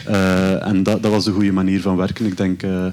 Uh, en dat, dat was een goede manier van werken. Ik denk... Uh,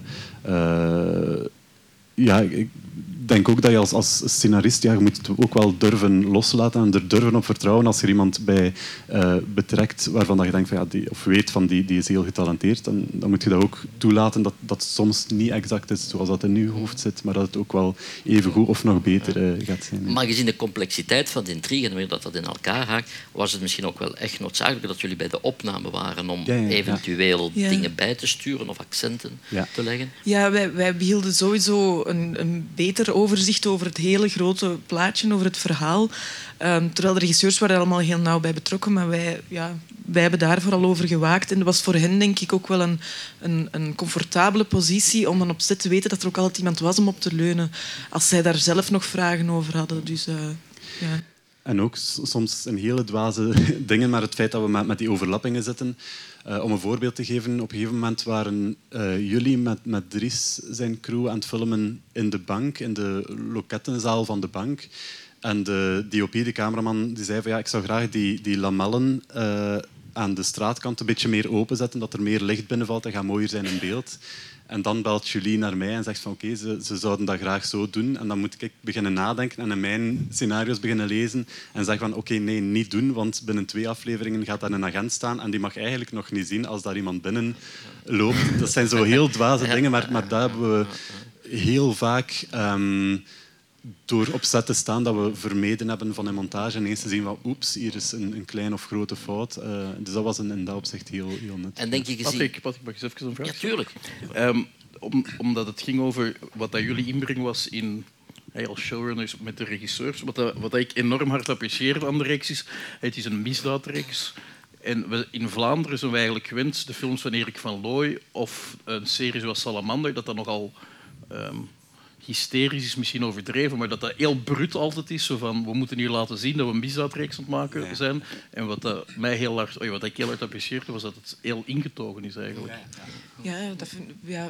uh, ja, ik, Ik denk ook dat je als, als scenarist ja, je moet het ook wel durven loslaten en er durven op vertrouwen als er iemand bij uh, betrekt waarvan dat je denkt van, ja, die, of weet van die, die is heel getalenteerd, dan, dan moet je dat ook toelaten dat dat soms niet exact is zoals dat in je hoofd zit, maar dat het ook wel even goed of nog beter uh, gaat zijn. Ja. Maar gezien de complexiteit van de intrigue en hoe dat dat in elkaar haakt, was het misschien ook wel echt noodzakelijk dat jullie bij de opname waren om ja, ja, eventueel ja. dingen bij te sturen of accenten ja. te leggen? Ja, wij, wij behielden sowieso een, een beter overzicht over het hele grote plaatje, over het verhaal. Um, terwijl de regisseurs waren er allemaal heel nauw bij betrokken, maar wij, ja, wij hebben daar vooral over gewaakt. En dat was voor hen denk ik ook wel een, een, een comfortabele positie om dan op set te weten dat er ook altijd iemand was om op te leunen als zij daar zelf nog vragen over hadden. Dus, uh, ja. En ook soms een hele dwaze dingen, maar het feit dat we met, met die overlappingen zitten. Uh, om een voorbeeld te geven, op een gegeven moment waren uh, jullie met, met Dries zijn crew aan het filmen in de bank, in de lokettenzaal van de bank. En de D O P, de cameraman, die zei van ja, ik zou graag die, die lamellen uh, aan de straatkant een beetje meer openzetten, dat er meer licht binnenvalt en gaat mooier zijn in beeld. En dan belt Julie naar mij en zegt van oké, okay, ze, ze zouden dat graag zo doen. En dan moet ik beginnen nadenken en in mijn scenario's beginnen lezen en zeggen van oké, okay, nee, niet doen, want binnen twee afleveringen gaat daar een agent staan en die mag eigenlijk nog niet zien als daar iemand binnen loopt. Dat zijn zo heel dwaze dingen, maar, maar daar hebben we heel vaak... Um, door op set te staan dat we vermeden hebben van in montage en eens te zien van oeps, hier is een, een kleine of grote fout. Uh, dus dat was in, in dat opzicht heel, heel net. En denk je gezien... Patrick, Patrick, mag ik eens even een vraag? Ja, tuurlijk. Um, om, omdat het ging over wat dat jullie inbreng was in... Hey, als showrunners met de regisseurs. Wat, dat, wat dat ik enorm hard apprecieer aan de reeks is... Het is een misdaadreeks. En we, in Vlaanderen zijn we eigenlijk gewend... de films van Erik van Looy of een serie zoals Salamander... dat dat nogal... Um, hysterisch is misschien overdreven, maar dat dat heel brut altijd is. Zo van, we moeten hier laten zien dat we een misdaadreeks aan het maken zijn. En wat, dat mij heel hard, oh, wat ik heel hard apprecieerde, was dat het heel ingetogen is eigenlijk. Ja, dat, vind, ja,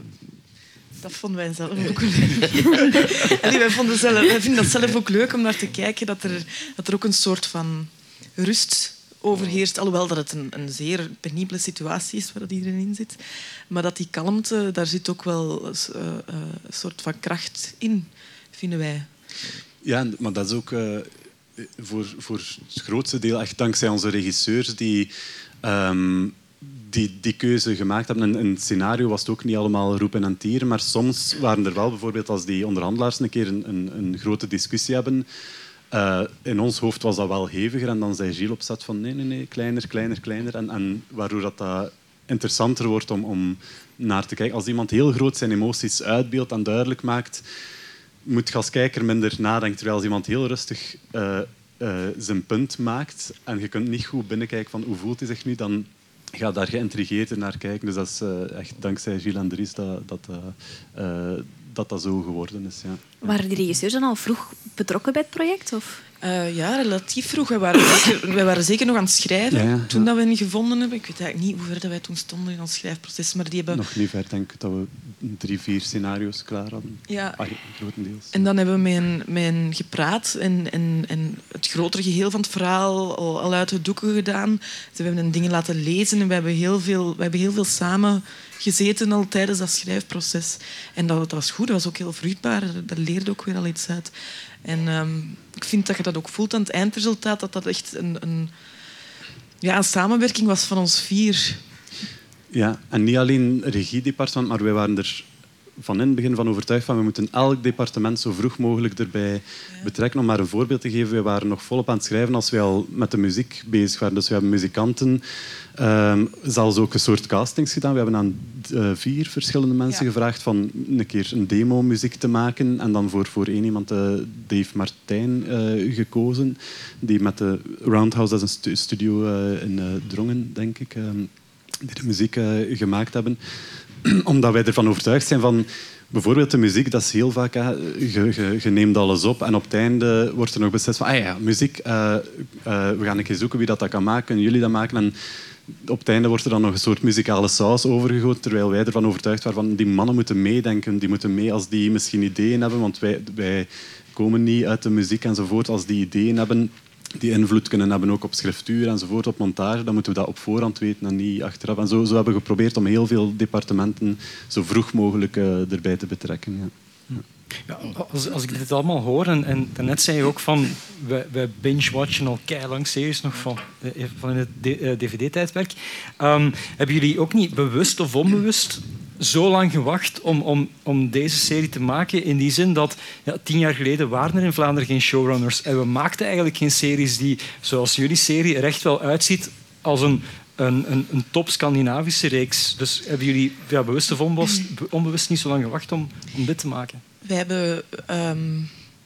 dat vonden wij zelf ook leuk. Allee, wij, vonden zelf, wij vinden dat zelf ook leuk om naar te kijken, dat er, dat er ook een soort van rust overheerst. Alhoewel dat het een, een zeer penibele situatie is waar dat iedereen in zit. Maar dat die kalmte, daar zit ook wel uh, uh, een soort van kracht in, vinden wij. Ja, maar dat is ook uh, voor, voor het grootste deel echt dankzij onze regisseurs die... Um, Die, die keuze gemaakt hebben. In, in het scenario was het ook niet allemaal roepen en tieren, maar soms waren er wel, bijvoorbeeld als die onderhandelaars een keer een, een, een grote discussie hebben, uh, in ons hoofd was dat wel heviger en dan zei Gilles op set van nee, nee, nee, kleiner, kleiner, kleiner. En, en waardoor dat, dat interessanter wordt om, om naar te kijken. Als iemand heel groot zijn emoties uitbeeldt en duidelijk maakt, moet je als kijker minder nadenken. Terwijl als iemand heel rustig uh, uh, zijn punt maakt en je kunt niet goed binnenkijken van hoe voelt hij zich nu, dan ga daar geïntrigeerd naar kijken. Dus dat is uh, echt dankzij Gilles en Dries dat dat, uh, uh, dat dat zo geworden is. Ja. Waren die regisseurs dan al vroeg betrokken bij het project? Of? Uh, ja, relatief vroeg. Wij waren, zeker, wij waren zeker nog aan het schrijven ja, ja. toen dat we hen gevonden hebben. Ik weet eigenlijk niet hoe ver dat wij toen stonden in ons schrijfproces. Maar die hebben... Nog niet ver. Ik denk dat we drie, vier scenario's klaar hadden. Ja. Ah, grotendeels. En dan hebben we met hen, met hen gepraat en, en, en het grotere geheel van het verhaal al, al uit de doeken gedaan. Dus we hebben hen dingen laten lezen en we hebben heel veel, we hebben heel veel samen gezeten al tijdens dat schrijfproces. En dat, dat was goed, dat was ook heel vruchtbaar. Daar leerde ook weer al iets uit. En um, ik vind dat je dat ook voelt aan het eindresultaat, dat dat echt een, een, ja, een samenwerking was van ons vier. Ja, en niet alleen regiedepartement, maar wij waren er van in het begin van overtuigd van we moeten elk departement zo vroeg mogelijk erbij ja. betrekken. Om maar een voorbeeld te geven, we waren nog volop aan het schrijven als wij al met de muziek bezig waren. Dus we hebben muzikanten, um, zelfs ook een soort castings gedaan. We hebben aan uh, vier verschillende mensen ja. gevraagd van een keer een demo-muziek te maken en dan voor, voor één iemand, uh, Dave Martijn, uh, gekozen, die met de Roundhouse, dat is een studio uh, in uh, Drongen, denk ik, uh, die de muziek uh, gemaakt hebben. Omdat wij ervan overtuigd zijn van... Bijvoorbeeld de muziek, dat is heel vaak... Hè, je, je, je neemt alles op en op het einde wordt er nog beslist van... Ah ja, muziek, uh, uh, we gaan een keer zoeken wie dat, dat kan maken. Kunnen jullie dat maken? En op het einde wordt er dan nog een soort muzikale saus overgegoten, terwijl wij ervan overtuigd waren van die mannen moeten meedenken. Die moeten mee als die misschien ideeën hebben, want wij, wij komen niet uit de muziek enzovoort. Als die ideeën hebben... die invloed kunnen hebben ook op schriftuur enzovoort, op montage, dan moeten we dat op voorhand weten en niet achteraf. En zo, zo hebben we geprobeerd om heel veel departementen zo vroeg mogelijk uh, erbij te betrekken. Ja. Ja. Ja, als, als ik dit allemaal hoor, en, en net zei je ook van, wij, wij binge-watchen al keilang series nog van, van in het D V D-tijdperk. Um, hebben jullie ook niet bewust of onbewust zo lang gewacht om, om, om deze serie te maken? In die zin dat ja, tien jaar geleden waren er in Vlaanderen geen showrunners en we maakten eigenlijk geen series die, zoals jullie serie, er echt wel uitziet als een, een, een, een top Scandinavische reeks. Dus hebben jullie ja, bewust of onbewust, onbewust niet zo lang gewacht om, om dit te maken? Wij hebben, um,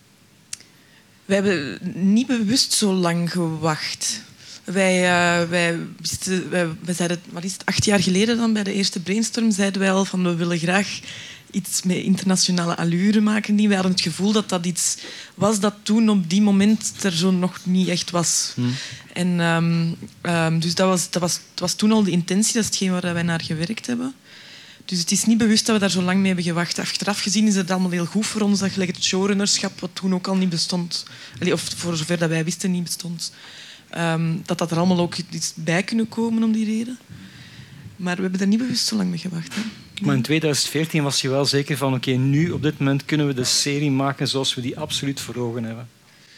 wij hebben niet bewust zo lang gewacht. Wij, uh, wij, wisten, wij, wij zeiden, wat is het, acht jaar geleden dan bij de eerste brainstorm, zeiden wij al van we willen graag iets met internationale allure maken. Wij hadden het gevoel dat dat iets was dat toen op die moment er zo nog niet echt was. Hmm. En, um, um, dus dat was, dat, was, dat was toen al de intentie, dat is hetgeen waar wij naar gewerkt hebben. Dus het is niet bewust dat we daar zo lang mee hebben gewacht. Achteraf gezien is het allemaal heel goed voor ons dat gelijk het showrunnerschap, wat toen ook al niet bestond, of voor zover dat wij wisten niet bestond, um, dat dat er allemaal ook iets bij kunnen komen om die reden. Maar we hebben er niet bewust zo lang mee gewacht. Hè? Maar in tweeduizend veertien was je wel zeker van oké, okay, nu op dit moment kunnen we de serie maken zoals we die absoluut voor ogen hebben.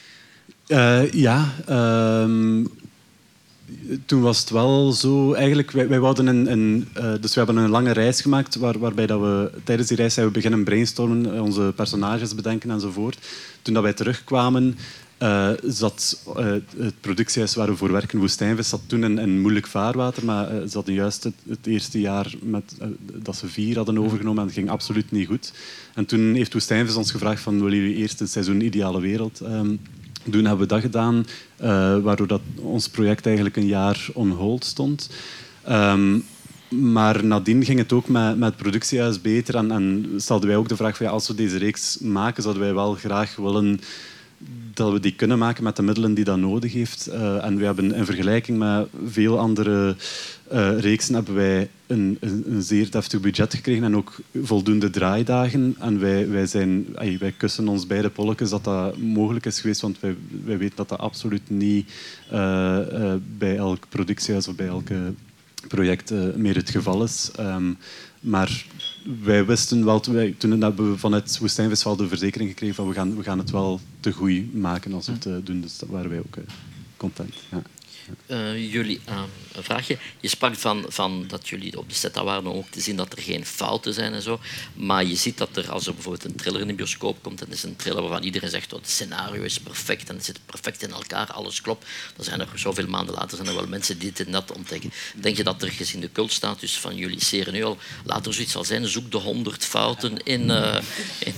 Uh, ja, uh, toen was het wel zo... Eigenlijk, wij, wij wouden een, een, uh, dus we hebben een lange reis gemaakt waar, waarbij dat we tijdens die reis zijn we beginnen brainstormen, onze personages bedenken enzovoort. Toen dat wij terugkwamen, uh, zat uh, het productiehuis waar we voor werken, Woestijnvis, zat toen in, in moeilijk vaarwater, maar uh, ze hadden juist het, het eerste jaar met, uh, dat ze vier hadden overgenomen en het ging absoluut niet goed. En toen heeft Woestijnvis ons gevraagd van willen jullie eerst het seizoen Ideale Wereld um, doen, hebben we dat gedaan, uh, waardoor dat ons project eigenlijk een jaar on hold stond. Um, maar nadien ging het ook met, met het productiehuis beter en, en stelden wij ook de vraag van ja, als we deze reeks maken, zouden wij wel graag willen dat we die kunnen maken met de middelen die dat nodig heeft. Uh, en we hebben in vergelijking met veel andere uh, reeksen hebben wij een, een, een zeer deftig budget gekregen en ook voldoende draaidagen. En wij, wij, zijn, ay, wij kussen ons beide polletjes dat dat mogelijk is geweest, want wij, wij weten dat dat absoluut niet uh, uh, bij elk productiehuis of bij elke project uh, meer het geval is. Um, maar wij wisten wel, wij, toen hebben we vanuit Woestijnvis wel de verzekering gekregen van we gaan, we gaan het wel te goed maken als we het uh, doen. Dus daar waren wij ook uh, content. Ja. Uh, jullie, uh, een vraagje. Je sprak van, van dat jullie op de set waren om ook te zien dat er geen fouten zijn en zo. Maar je ziet dat er, als er bijvoorbeeld een thriller in de bioscoop komt, en het is een thriller waarvan iedereen zegt dat oh, het scenario is perfect en het zit perfect in elkaar, alles klopt. Dan zijn er zoveel maanden later zijn er wel mensen die dit en dat ontdekken. Denk je dat er gezien de cultstatus van jullie serie nu al later zoiets zal zijn? Zoek de honderd fouten in... Uh, in...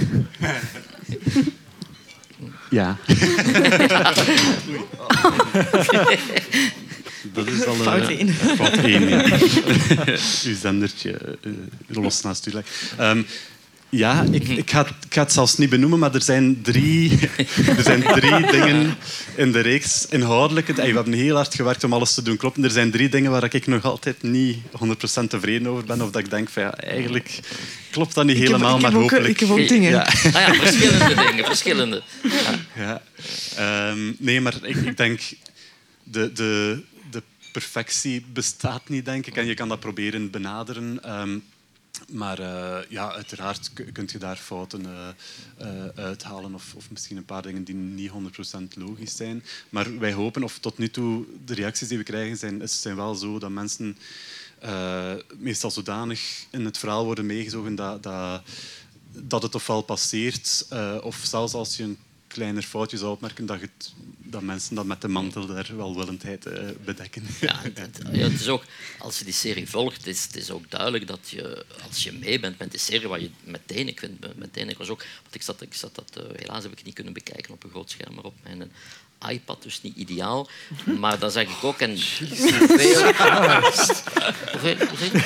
Ja. Dat is al uh, fout één. Fout één, ja. Uw zendertje uh, los naast u legt. Um, ja, ik, ik, ga, ik ga het zelfs niet benoemen, maar er zijn drie, er zijn drie dingen in de reeks inhoudelijke. We hebben heel hard gewerkt om alles te doen kloppen. Er zijn drie dingen waar ik nog altijd niet honderd procent tevreden over ben. Of dat ik denk van ja, eigenlijk klopt dat niet ik helemaal, heb, ik maar heb hopelijk... Ook, ik heb ook dingen. Ja. Ah ja, verschillende dingen, verschillende. Ja. Ja. Um, nee, maar ik, ik denk... De, de, de perfectie bestaat niet, denk ik. En je kan dat proberen benaderen. Um, maar uh, ja, uiteraard kun je daar fouten uh, uh, uithalen. Of, of misschien een paar dingen die niet honderd procent logisch zijn. Maar wij hopen, of tot nu toe, de reacties die we krijgen zijn, zijn wel zo dat mensen... Uh, meestal zodanig in het verhaal worden meegezogen dat, dat, dat het ofwel passeert, uh, of zelfs als je een kleiner foutje zou opmerken, dat, het, dat mensen dat met de mantel der welwillendheid uh, bedekken. Ja, het, ja, het is ook, als je die serie volgt, het is, het is ook duidelijk dat je, als je mee bent met die serie, wat je meteen, ik vind, meteen, ik was ook, want ik zat, ik zat dat, uh, helaas heb ik het niet kunnen bekijken op een groot scherm, maar op mijn iPad, dus niet ideaal. Maar dan zag ik ook... En hoeveel... hoeveel, hoeveel?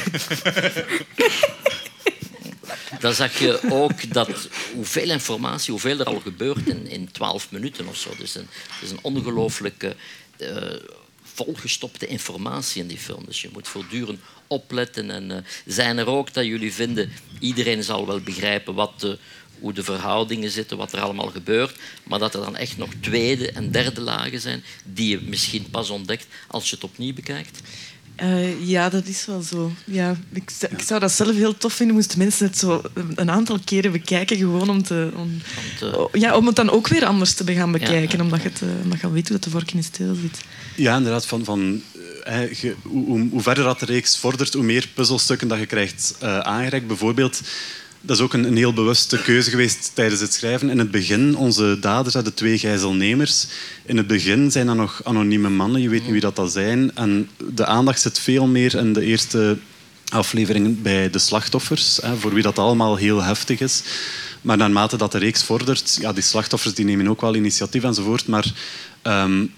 Dan zag je ook dat hoeveel informatie, hoeveel er al gebeurt in, in twaalf minuten of zo. Dus een, het is een ongelooflijke uh, volgestopte informatie in die film. Dus je moet voortdurend opletten. En uh, zijn er ook dat jullie vinden, iedereen zal wel begrijpen wat de, hoe de verhoudingen zitten, wat er allemaal gebeurt, maar dat er dan echt nog tweede en derde lagen zijn die je misschien pas ontdekt als je het opnieuw bekijkt? Uh, ja, dat is wel zo. Ja, ik, ik zou dat zelf heel tof vinden, moesten mensen het zo een aantal keren bekijken, gewoon om, te, om, om, te... Ja, om het dan ook weer anders te gaan bekijken, ja, ja. Omdat je het, uh, omdat je weet hoe dat de vork in de steel zit. Ja, inderdaad. Van, van, uh, je, hoe, hoe verder dat de reeks vordert, hoe meer puzzelstukken dat je krijgt uh, aangereikt. Bijvoorbeeld, dat is ook een, een heel bewuste keuze geweest tijdens het schrijven. In het begin, onze daders, de twee gijzelnemers, in het begin zijn dat nog anonieme mannen. Je weet niet wie dat, dat zijn. En de aandacht zit veel meer in de eerste afleveringen bij de slachtoffers, hè, voor wie dat allemaal heel heftig is. Maar naarmate dat de reeks vordert, ja, die slachtoffers die nemen ook wel initiatief enzovoort, maar um,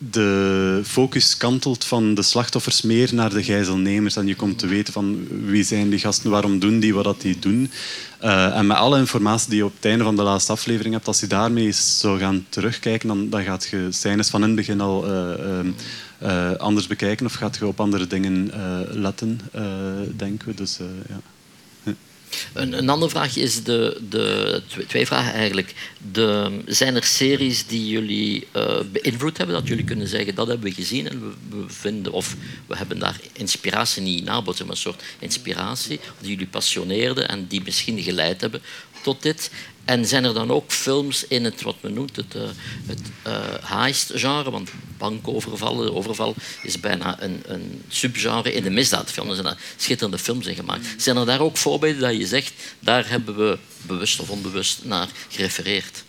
de focus kantelt van de slachtoffers meer naar de gijzelnemers. En je komt te weten van wie zijn die gasten, waarom doen die wat dat die doen. Uh, en met alle informatie die je op het einde van de laatste aflevering hebt, als je daarmee eens zou gaan terugkijken, dan, dan gaat je scènes van in het begin al uh, uh, uh, anders bekijken of gaat je op andere dingen uh, letten, uh, denken we. Dus, uh, ja. Een, een andere vraag is, de, de, twee vragen eigenlijk. De, zijn er series die jullie uh, beïnvloed hebben, dat jullie kunnen zeggen, dat hebben we gezien en we, we vinden, of we hebben daar inspiratie, niet nabootsen, maar een soort inspiratie, die jullie passioneerden en die misschien geleid hebben tot dit? En zijn er dan ook films in het, wat men noemt, het, uh, het uh, heist-genre, want bankovervallen, overval is bijna een, een subgenre in de misdaadfilms. Er zijn daar schitterende films in gemaakt. Zijn er daar ook voorbeelden dat je zegt, daar hebben we bewust of onbewust naar gerefereerd?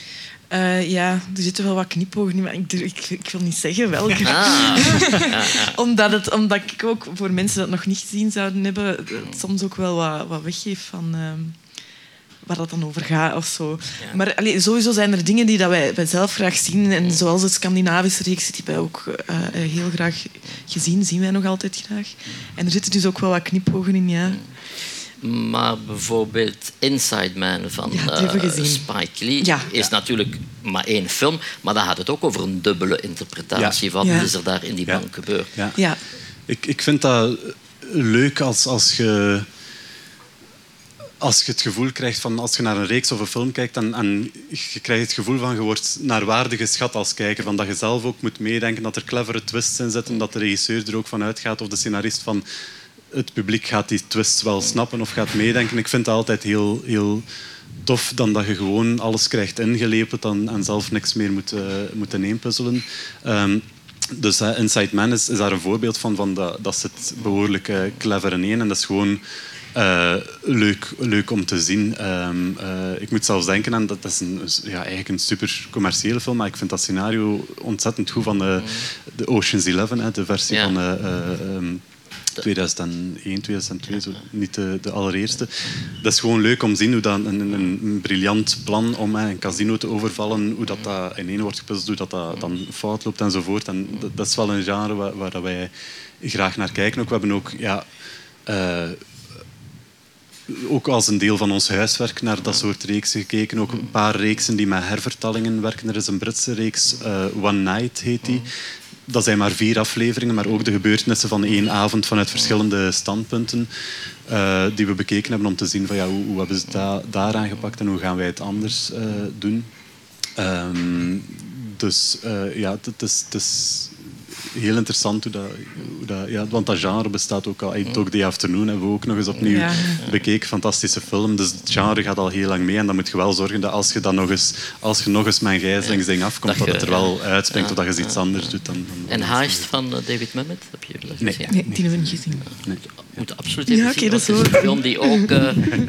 Uh, ja, er zitten wel wat knipogen in, maar ik, ik, ik wil niet zeggen welke. Ah, ja, ja. omdat, het, omdat ik ook voor mensen dat nog niet gezien zouden hebben, het soms ook wel wat, wat weggeef van... Uh, waar dat dan over gaat of zo. Ja. Maar allee, sowieso zijn er dingen die dat wij, wij zelf graag zien. En zoals de Scandinavische reeks die wij ook uh, heel graag gezien, zien wij nog altijd graag. En er zitten dus ook wel wat knipogen in, ja. Maar bijvoorbeeld Inside Man van ja, uh, Spike Lee ja. is ja. natuurlijk maar één film, maar dan gaat het ook over een dubbele interpretatie ja. van wat ja. is er daar in die ja. bank gebeurd. Ja. Ja. Ik, ik vind dat leuk als, als je... Als je het gevoel krijgt van als je naar een reeks of een film kijkt en, en je krijgt het gevoel van je wordt naar waarde geschat als kijker, van dat je zelf ook moet meedenken, dat er clevere twists in zitten, dat de regisseur er ook van uitgaat of de scenarist van het publiek gaat die twists wel snappen of gaat meedenken. Ik vind dat altijd heel, heel tof dan dat je gewoon alles krijgt ingelepeld en, en zelf niks meer moet, uh, moet ineenpuzzelen. Um, Dus uh, Inside Man is, is daar een voorbeeld van. van dat, dat zit behoorlijk uh, clever in één. En dat is gewoon uh, leuk, leuk om te zien. Um, uh, ik moet zelfs denken aan... Dat, dat is een, ja, eigenlijk een super commerciële film. Maar ik vind dat scenario ontzettend goed van de, de Ocean's Eleven. Hè, de versie ja. van... Uh, uh, um, tweeduizend één, tweeduizend twee, zo, niet de, de allereerste. Dat is gewoon leuk om te zien hoe dat een, een, een briljant plan om hè, een casino te overvallen, hoe dat, dat ineen wordt gepuzzeld, hoe dat, dat dan fout loopt enzovoort. En dat, dat is wel een genre waar, waar wij graag naar kijken. Ook, we hebben ook, ja, uh, ook als een deel van ons huiswerk naar dat soort reeksen gekeken. Ook een paar reeksen die met hervertellingen werken. Er is een Britse reeks, uh, One Night heet die. Dat zijn maar vier afleveringen, maar ook de gebeurtenissen van één avond vanuit verschillende standpunten uh, die we bekeken hebben om te zien van, ja, hoe, hoe hebben ze da daar aangepakt en hoe gaan wij het anders uh, doen. Um, dus uh, ja, het is, het is heel interessant hoe dat, hoe dat... Ja, want dat genre bestaat ook al. Ook The Afternoon hebben we ook nog eens opnieuw ja. bekeken. Fantastische film. Dus het genre gaat al heel lang mee. En dan moet je wel zorgen dat als je, dan nog, eens, als je nog eens mijn gijzelingsding afkomt, dat, dat het er wel uitspringt ja. of dat je iets anders doet. Dan, dan, en Heist van David Mamet? Heb je dat nee. nee, die hebben we niet gezien. Nee. Moet absoluut even ja, zien. Okay, het is een film die ook uh,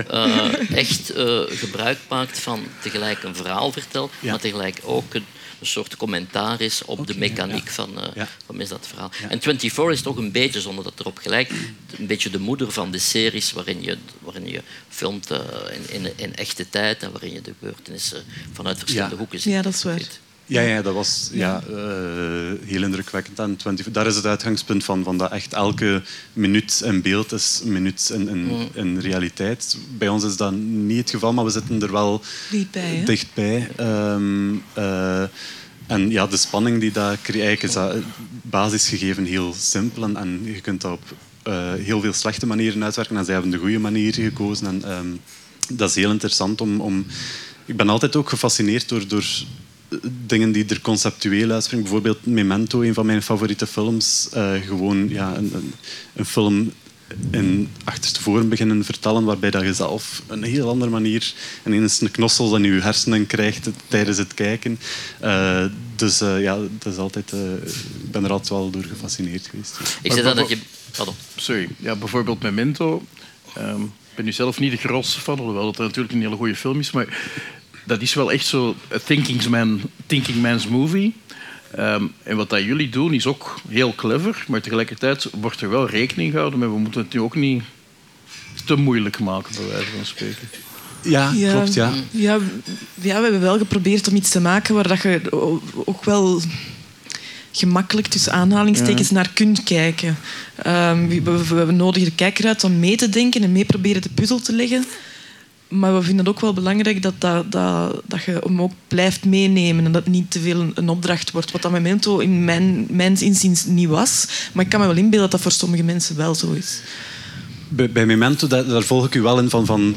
uh, echt uh, gebruik maakt van tegelijk een verhaal vertellen, ja. maar tegelijk ook een een soort commentaar is op okay, de mechaniek ja. van, uh, ja. van misdaadverhaal. Ja. En vierentwintig is toch een beetje, zonder dat erop gelijk, een beetje de moeder van de series waarin je, waarin je filmt uh, in, in, in echte tijd en waarin je de gebeurtenissen vanuit verschillende ja. hoeken ziet. Ja, dat is waar. Ja, ja, dat was ja, uh, heel indrukwekkend. En twintig, daar is het uitgangspunt van, van dat echt elke minuut in beeld is een minuut in, in, mm. in realiteit. Bij ons is dat niet het geval, maar we zitten er wel dichtbij. dichtbij. Um, uh, en ja, de spanning die daar krijgt, is dat basisgegeven heel simpel. En, en je kunt dat op uh, heel veel slechte manieren uitwerken. En zij hebben de goede manier gekozen. En, um, dat is heel interessant om... om ik ben altijd ook gefascineerd door... door dingen die er conceptueel uitspringen. Bijvoorbeeld Memento, een van mijn favoriete films. Uh, gewoon ja, een, een, een film in achterstevoren beginnen vertellen, waarbij dat je zelf een heel andere manier ineens een knossel in je hersenen krijgt tijdens het kijken. Uh, dus uh, ja, dat is altijd, uh, ik ben er altijd wel door gefascineerd geweest. Ik zei dat, dat je... Pardon. Sorry. Ja, bijvoorbeeld Memento. Um, ik ben nu zelf niet de grootste van, hoewel het natuurlijk een hele goede film is, maar dat is wel echt zo een thinking, man, thinking man's movie. Um, en wat dat jullie doen is ook heel clever, maar tegelijkertijd wordt er wel rekening gehouden met we moeten het nu ook niet te moeilijk maken, bij wijze van spreken. Ja, ja, klopt. Ja. Ja, ja, we hebben wel geprobeerd om iets te maken waar dat je ook wel gemakkelijk tussen aanhalingstekens ja. naar kunt kijken. Um, we, we, we nodigen de kijker uit om mee te denken en mee proberen de puzzel te leggen. Maar we vinden het ook wel belangrijk dat, dat, dat, dat je hem ook blijft meenemen en dat het niet te veel een opdracht wordt. Wat dat Memento in mijn, mijn inziens niet was. Maar ik kan me wel inbeelden dat dat voor sommige mensen wel zo is. Bij, bij Memento, daar, daar volg ik u wel in van... van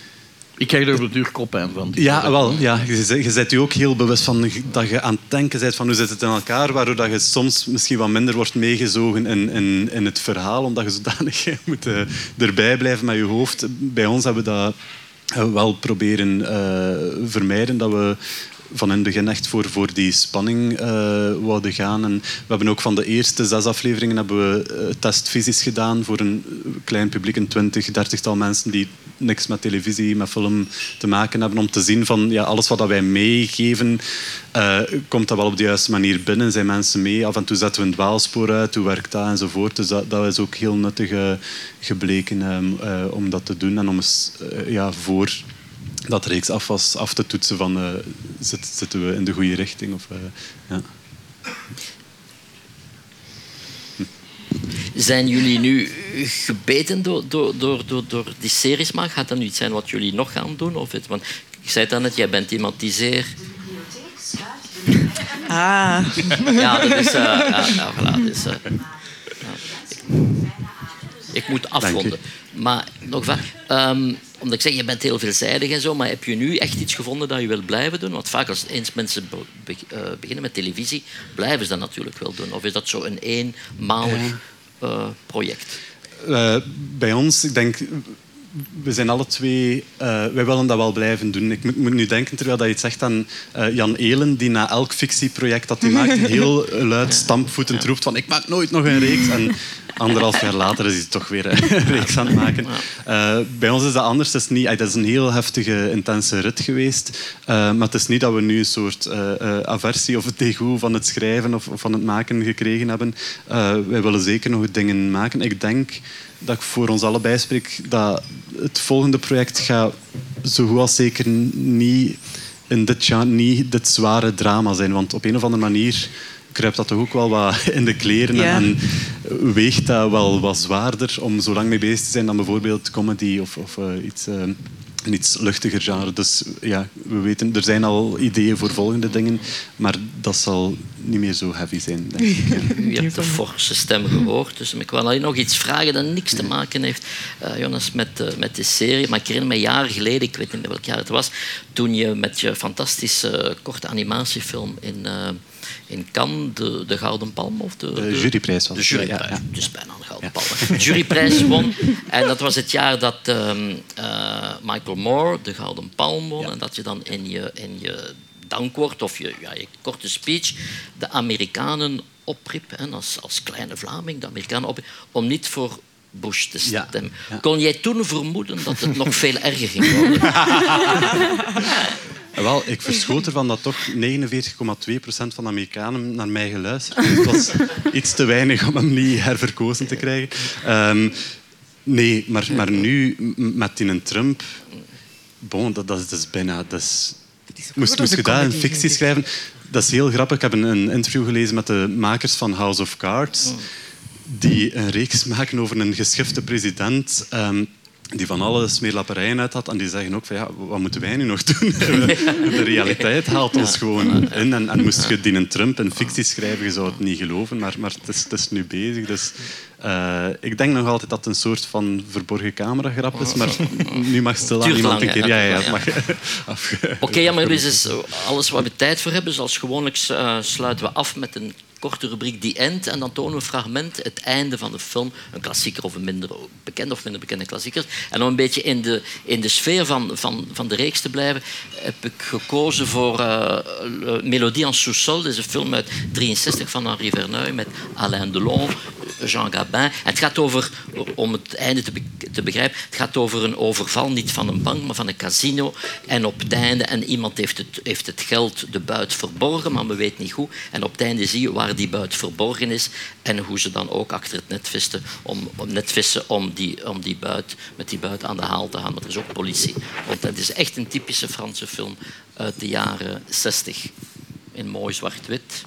ik krijg er op de duur koppijn van. Ja, wel. Ja. Je, je bent je ook heel bewust van dat je aan het denken bent van hoe zit het in elkaar, waardoor dat je soms misschien wat minder wordt meegezogen in, in, in het verhaal, omdat je zodanig moet uh, erbij blijven met je hoofd. Bij ons hebben we dat wel proberen uh, vermijden, dat we van in het begin echt voor, voor die spanning uh, wouden gaan. En we hebben ook van de eerste zes afleveringen hebben we uh, testvisies gedaan voor een klein publiek, een twintig, dertigtal mensen die niks met televisie, met film te maken hebben, om te zien van ja, alles wat wij meegeven, uh, komt dat wel op de juiste manier binnen? Zijn mensen mee? Af en toe zetten we een dwaalspoor uit, hoe werkt dat enzovoort. Dus dat, dat is ook heel nuttig uh, gebleken um, uh, om dat te doen en om eens uh, ja, voor dat reeks af was af te toetsen van uh, zit, zitten we in de goede richting. Of, uh, ja. Zijn jullie nu gebeten door, door, door, door, door die series? Maar gaat dat nu iets zijn wat jullie nog gaan doen? Of het, want ik zei het dan net, jij bent iemand die zeer... Ah. Ja, dat is... Uh, ja, ja, voilà, dus, uh, ja. Ik moet afronden. Maar nog vaak... Um, omdat ik zeg, je bent heel veelzijdig en zo, maar heb je nu echt iets gevonden dat je wilt blijven doen? Want vaak als eens mensen be- be- uh, beginnen met televisie, blijven ze dat natuurlijk wel doen. Of is dat zo een eenmalig uh, project? Uh, bij ons, ik denk... We zijn alle twee... Uh, wij willen dat wel blijven doen. Ik moet, moet nu denken, terwijl dat je het zegt, aan uh, Jan Elen, die na elk fictieproject dat hij maakt heel luid stampvoetend roept van ik maak nooit nog een reeks. En anderhalf jaar later is hij toch weer een reeks aan het maken. Uh, bij ons is dat anders. Het is, niet, het is een heel heftige, intense rit geweest. Uh, maar het is niet dat we nu een soort uh, uh, aversie of dégoût van het schrijven of, of van het maken gekregen hebben. Uh, wij willen zeker nog dingen maken. Ik denk... dat ik voor ons allebei spreek, dat het volgende project gaat zo goed als zeker niet in dit jaar niet dit zware drama zijn. Want op een of andere manier kruipt dat toch ook wel wat in de kleren Ja. en weegt dat wel wat zwaarder om zo lang mee bezig te zijn dan bijvoorbeeld comedy of, of uh, iets... Uh, een iets luchtiger genre. Dus ja, we weten, er zijn al ideeën voor volgende dingen, maar dat zal niet meer zo heavy zijn, denk ik. U hebt de forse stem gehoord, dus ik wil alleen nog iets vragen dat niks te maken heeft, uh, Jonas, met, uh, met de serie. Maar ik herinner me jaren geleden, ik weet niet meer welk jaar het was, toen je met je fantastische uh, korte animatiefilm in... Uh, in Cannes de, de Gouden Palm of de, de, de juryprijs was de juryprijs. Ja, ja. Het is bijna een Gouden Palm. De juryprijs won. En dat was het jaar dat um, uh, Michael Moore de Gouden Palm won. Ja. En dat je dan in je, in je dankwoord of je, ja, je korte speech de Amerikanen opriep, hè, als, als kleine Vlaming, de Amerikanen opriep, om niet voor Bush te stemmen. Ja, ja. Kon jij toen vermoeden dat het nog veel erger ging worden? Wel, ik verschoot ervan dat toch negenenveertig komma twee procent van de Amerikanen naar mij geluisterd heeft. Het was iets te weinig om hem niet herverkozen te krijgen. Um, nee, maar, maar nu met die Trump... Bon, dat, dat, dat is bijna... Dat is, moest, moest je dat in fictie schrijven? Dat is heel grappig. Ik heb een, een interview gelezen met de makers van House of Cards, die een reeks maken over een geschifte president... Um, die van alle smeerlapperijen uit had. En die zeggen ook van, ja, wat moeten wij nu nog doen? De realiteit haalt ons gewoon in. En, en moest je die een Trump in fictie schrijven, je zou het niet geloven. Maar, maar het, is, het is nu bezig. Dus uh, ik denk nog altijd dat het een soort van verborgen cameragrap is. Maar nu mag stilaan iemand een keer... Ja, ja, ja, mag Oké, okay, ja, maar dus alles waar we tijd voor hebben. Zoals gewoonlijk uh, sluiten we af met een korte rubriek The End. En dan tonen we een fragment, het einde van de film. Een klassieker of een minder bekende of minder bekende klassieker. En om een beetje in de, in de sfeer van, van, van de reeks te blijven, heb ik gekozen voor uh, Mélodie en sous-sol. Dat is een film uit drieënzestig van Henri Verneuil met Alain Delon, Jean Gabin. En het gaat over, om het einde te, be te begrijpen, het gaat over een overval, niet van een bank, maar van een casino. En op het einde, en iemand heeft het, heeft het geld, de buit verborgen, maar we weten niet hoe. En op het einde zie je waar die buit verborgen is en hoe ze dan ook achter het net vissen om, om, net vissen om, die, om die buit, met die buit aan de haal te gaan. Maar er is ook politie. Want het is echt een typische Franse film uit de jaren zestig. In mooi zwart-wit.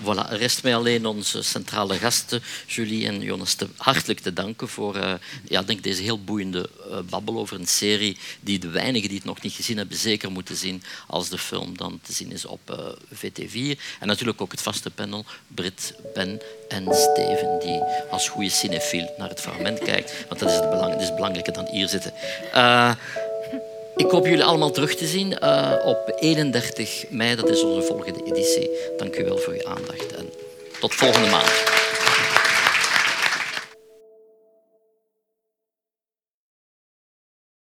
Voilà, er rest mij alleen onze centrale gasten, Julie en Jonas, te, hartelijk te danken voor uh, ja, denk deze heel boeiende uh, babbel over een serie die de weinigen die het nog niet gezien hebben zeker moeten zien als de film dan te zien is op uh, V T vier. En natuurlijk ook het vaste panel, Brit, Ben en Steven, die als goede cinefiel naar het fragment kijkt, want dat is het, belang, dat is belangrijker dan hier zitten. Uh, Ik hoop jullie allemaal terug te zien uh, op eenendertig mei. Dat is onze volgende editie. Dank u wel voor uw aandacht en tot volgende maand.